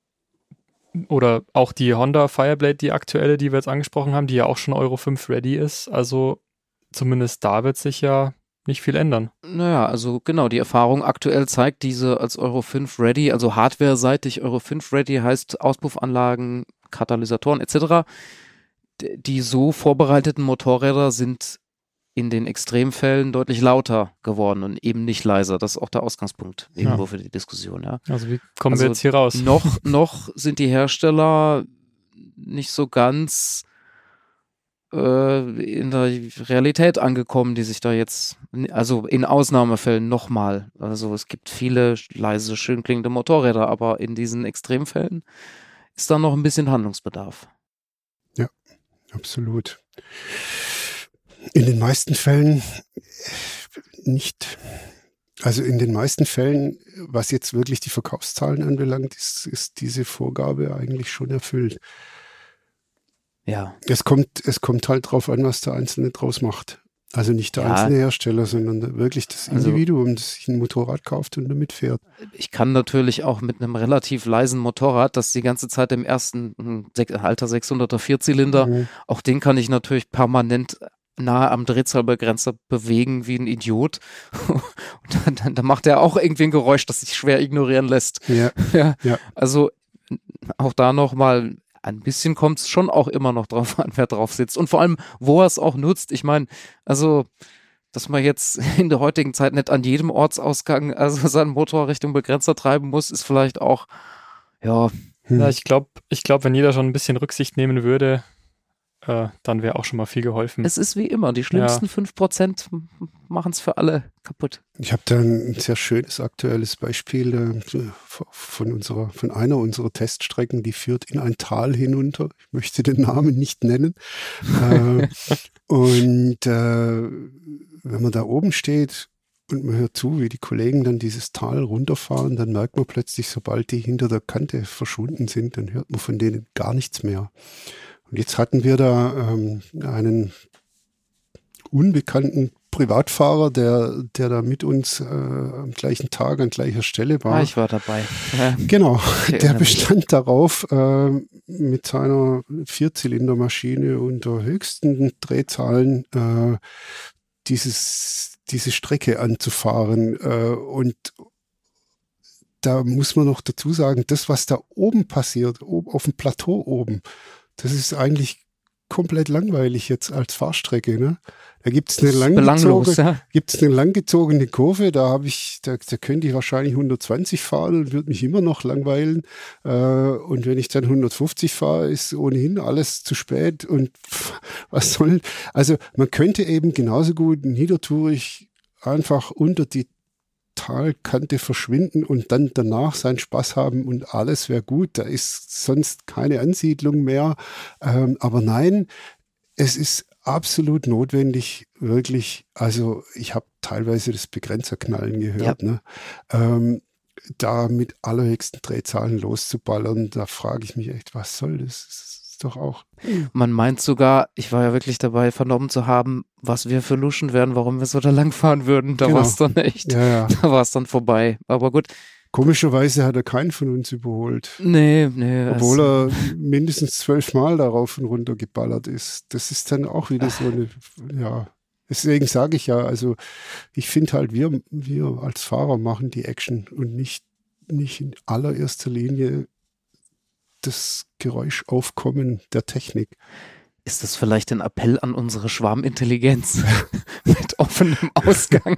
oder auch die Honda Fireblade, die aktuelle, die wir jetzt angesprochen haben, die ja auch schon Euro fünf ready ist. Also zumindest da wird sich ja nicht viel ändern. Naja, also genau, die Erfahrung aktuell zeigt diese als Euro fünf ready, also hardware-seitig Euro fünf ready heißt Auspuffanlagen, Katalysatoren et cetera. Die so vorbereiteten Motorräder sind in den Extremfällen deutlich lauter geworden und eben nicht leiser. Das ist auch der Ausgangspunkt irgendwo Ja. für die Diskussion. Ja. Also wie kommen Also wir jetzt hier raus? Noch, noch sind die Hersteller nicht so ganz äh, in der Realität angekommen, die sich da jetzt, also in Ausnahmefällen nochmal. Also es gibt viele leise, schön klingende Motorräder, aber in diesen Extremfällen ist da noch ein bisschen Handlungsbedarf. Ja, absolut. In den meisten Fällen nicht. Also in den meisten Fällen, was jetzt wirklich die Verkaufszahlen anbelangt, ist, ist diese Vorgabe eigentlich schon erfüllt. Ja. Es kommt, es kommt halt drauf an, was der Einzelne draus macht. Also nicht der Ja. einzelne Hersteller, sondern wirklich das Also- Individuum, das sich ein Motorrad kauft und damit fährt. Ich kann natürlich auch mit einem relativ leisen Motorrad, das die ganze Zeit im ersten hm, sech- alter sechshunderter Vierzylinder, Mhm. auch den kann ich natürlich permanent nahe am Drehzahlbegrenzer bewegen wie ein Idiot. Und dann, dann, dann macht er auch irgendwie ein Geräusch, das sich schwer ignorieren lässt. Ja, Ja, Ja. Also auch da nochmal, ein bisschen kommt es schon auch immer noch drauf an, wer drauf sitzt. Und vor allem, wo er es auch nutzt. Ich meine, also, dass man jetzt in der heutigen Zeit nicht an jedem Ortsausgang also seinen Motor Richtung Begrenzer treiben muss, ist vielleicht auch, ja, Hm. Ja, ich glaube, ich glaub, wenn jeder schon ein bisschen Rücksicht nehmen würde, äh, dann wäre auch schon mal viel geholfen. es ist wie immer, die schlimmsten fünf Prozent machen es für alle kaputt. Ich habe da ein sehr schönes aktuelles Beispiel äh, von unserer, von einer unserer Teststrecken, die führt in ein Tal hinunter. Ich möchte den Namen nicht nennen. äh, und äh, wenn man da oben steht und man hört zu, wie die Kollegen dann dieses Tal runterfahren, dann merkt man plötzlich, sobald die hinter der Kante verschwunden sind, dann hört man von denen gar nichts mehr. Und jetzt hatten wir da ähm, einen unbekannten Privatfahrer, der, der da mit uns äh, am gleichen Tag an gleicher Stelle war. Ah, ich war dabei. Ja. Genau, Ich der erinnere mich. bestand darauf, äh, mit seiner Vierzylindermaschine unter höchsten Drehzahlen äh, dieses, diese Strecke anzufahren. Äh, und da muss man noch dazu sagen, das, was da oben passiert, oben auf dem Plateau oben, das ist eigentlich komplett langweilig jetzt als Fahrstrecke. Ne? Da gibt es eine Belanglos, langgezogene, ja. gibt's eine langgezogene Kurve, da habe ich, da, da könnte ich wahrscheinlich hundertzwanzig fahren und würde mich immer noch langweilen. Äh, und wenn ich dann hundertfünfzig fahre, ist ohnehin alles zu spät und pff, was soll. Also man könnte eben genauso gut niedertourig einfach unter die Talkante verschwinden und dann danach seinen Spaß haben und alles wäre gut. Da ist sonst keine Ansiedlung mehr. Ähm, aber nein, es ist absolut notwendig, wirklich, also ich habe teilweise das Begrenzerknallen gehört, Ja. ne? ähm, da mit allerhöchsten Drehzahlen loszuballern, da frage ich mich echt, was soll das? Das ist doch auch... Man meint sogar, ich war ja wirklich dabei, vernommen zu haben, was wir für Luschen wären, warum wir so da langfahren würden. Da Genau. war es dann echt, Ja, ja. da war es dann vorbei. Aber gut, Komischerweise hat er keinen von uns überholt. nee, nee. Obwohl es- er mindestens zwölfmal darauf und runter geballert ist. Das ist dann auch wieder so eine, ja, deswegen sage ich ja, also ich finde halt, wir, wir als Fahrer machen die Action und nicht, nicht in allererster Linie das Geräuschaufkommen der Technik. Ist das vielleicht ein Appell an unsere Schwarmintelligenz mit offenem Ausgang?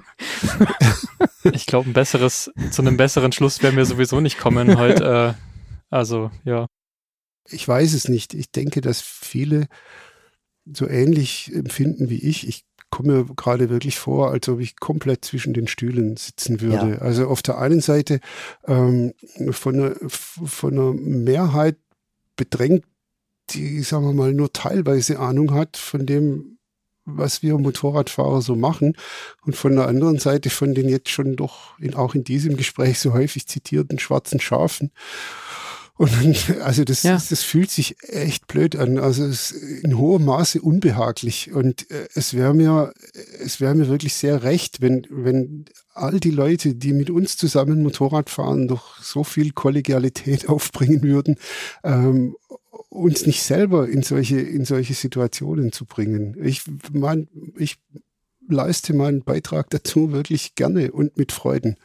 Ich glaube, ein besseres, zu einem besseren Schluss werden wir sowieso nicht kommen heute. Äh, also, ja. Ich weiß es nicht. Ich denke, dass viele so ähnlich empfinden wie ich. Ich komme mir gerade wirklich vor, als ob ich komplett zwischen den Stühlen sitzen würde. Ja. Also auf der einen Seite ähm, von, einer, von einer Mehrheit bedrängt, die, sagen wir mal, nur teilweise Ahnung hat von dem, was wir Motorradfahrer so machen und von der anderen Seite von den jetzt schon doch in, auch in diesem Gespräch so häufig zitierten schwarzen Schafen. Und also das, ja. das, das fühlt sich echt blöd an. Also es ist in hohem Maße unbehaglich. Und äh, es wäre mir, es wäre mir wirklich sehr recht, wenn, wenn all die Leute, die mit uns zusammen Motorrad fahren, doch so viel Kollegialität aufbringen würden, ähm, uns nicht selber in solche, in solche Situationen zu bringen. Ich mein, ich leiste meinen Beitrag dazu wirklich gerne und mit Freuden,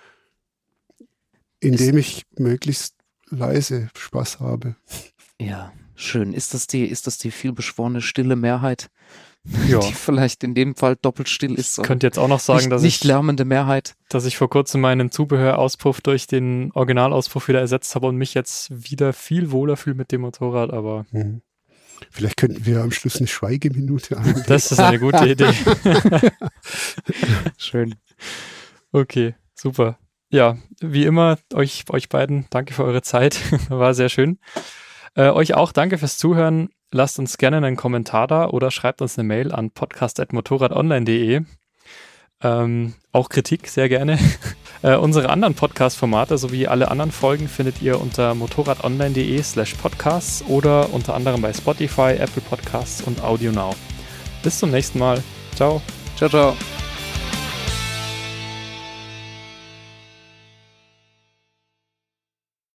indem ich möglichst leise Spaß habe. Ja, schön. Ist das die, ist das die vielbeschworene stille Mehrheit, Ja. die vielleicht in dem Fall doppelt still ist? Ich könnte jetzt auch noch sagen, nicht, dass nicht ich lärmende Mehrheit. dass ich vor kurzem meinen Zubehörauspuff durch den Originalauspuff wieder ersetzt habe und mich jetzt wieder viel wohler fühle mit dem Motorrad, aber Mhm. Vielleicht könnten wir am Schluss eine Schweigeminute an. das ist eine gute Idee. Schön. Okay, super. Ja, wie immer, euch, euch beiden, danke für eure Zeit. War sehr schön. Äh, euch auch danke fürs Zuhören. Lasst uns gerne einen Kommentar da oder schreibt uns eine Mail an podcast at motorradonline punkt de. Ähm, auch Kritik, sehr gerne. äh, unsere anderen Podcast-Formate sowie alle anderen Folgen findet ihr unter motorradonline punkt de slash podcasts oder unter anderem bei Spotify, Apple Podcasts und AudioNow. Bis zum nächsten Mal. Ciao. Ciao, ciao.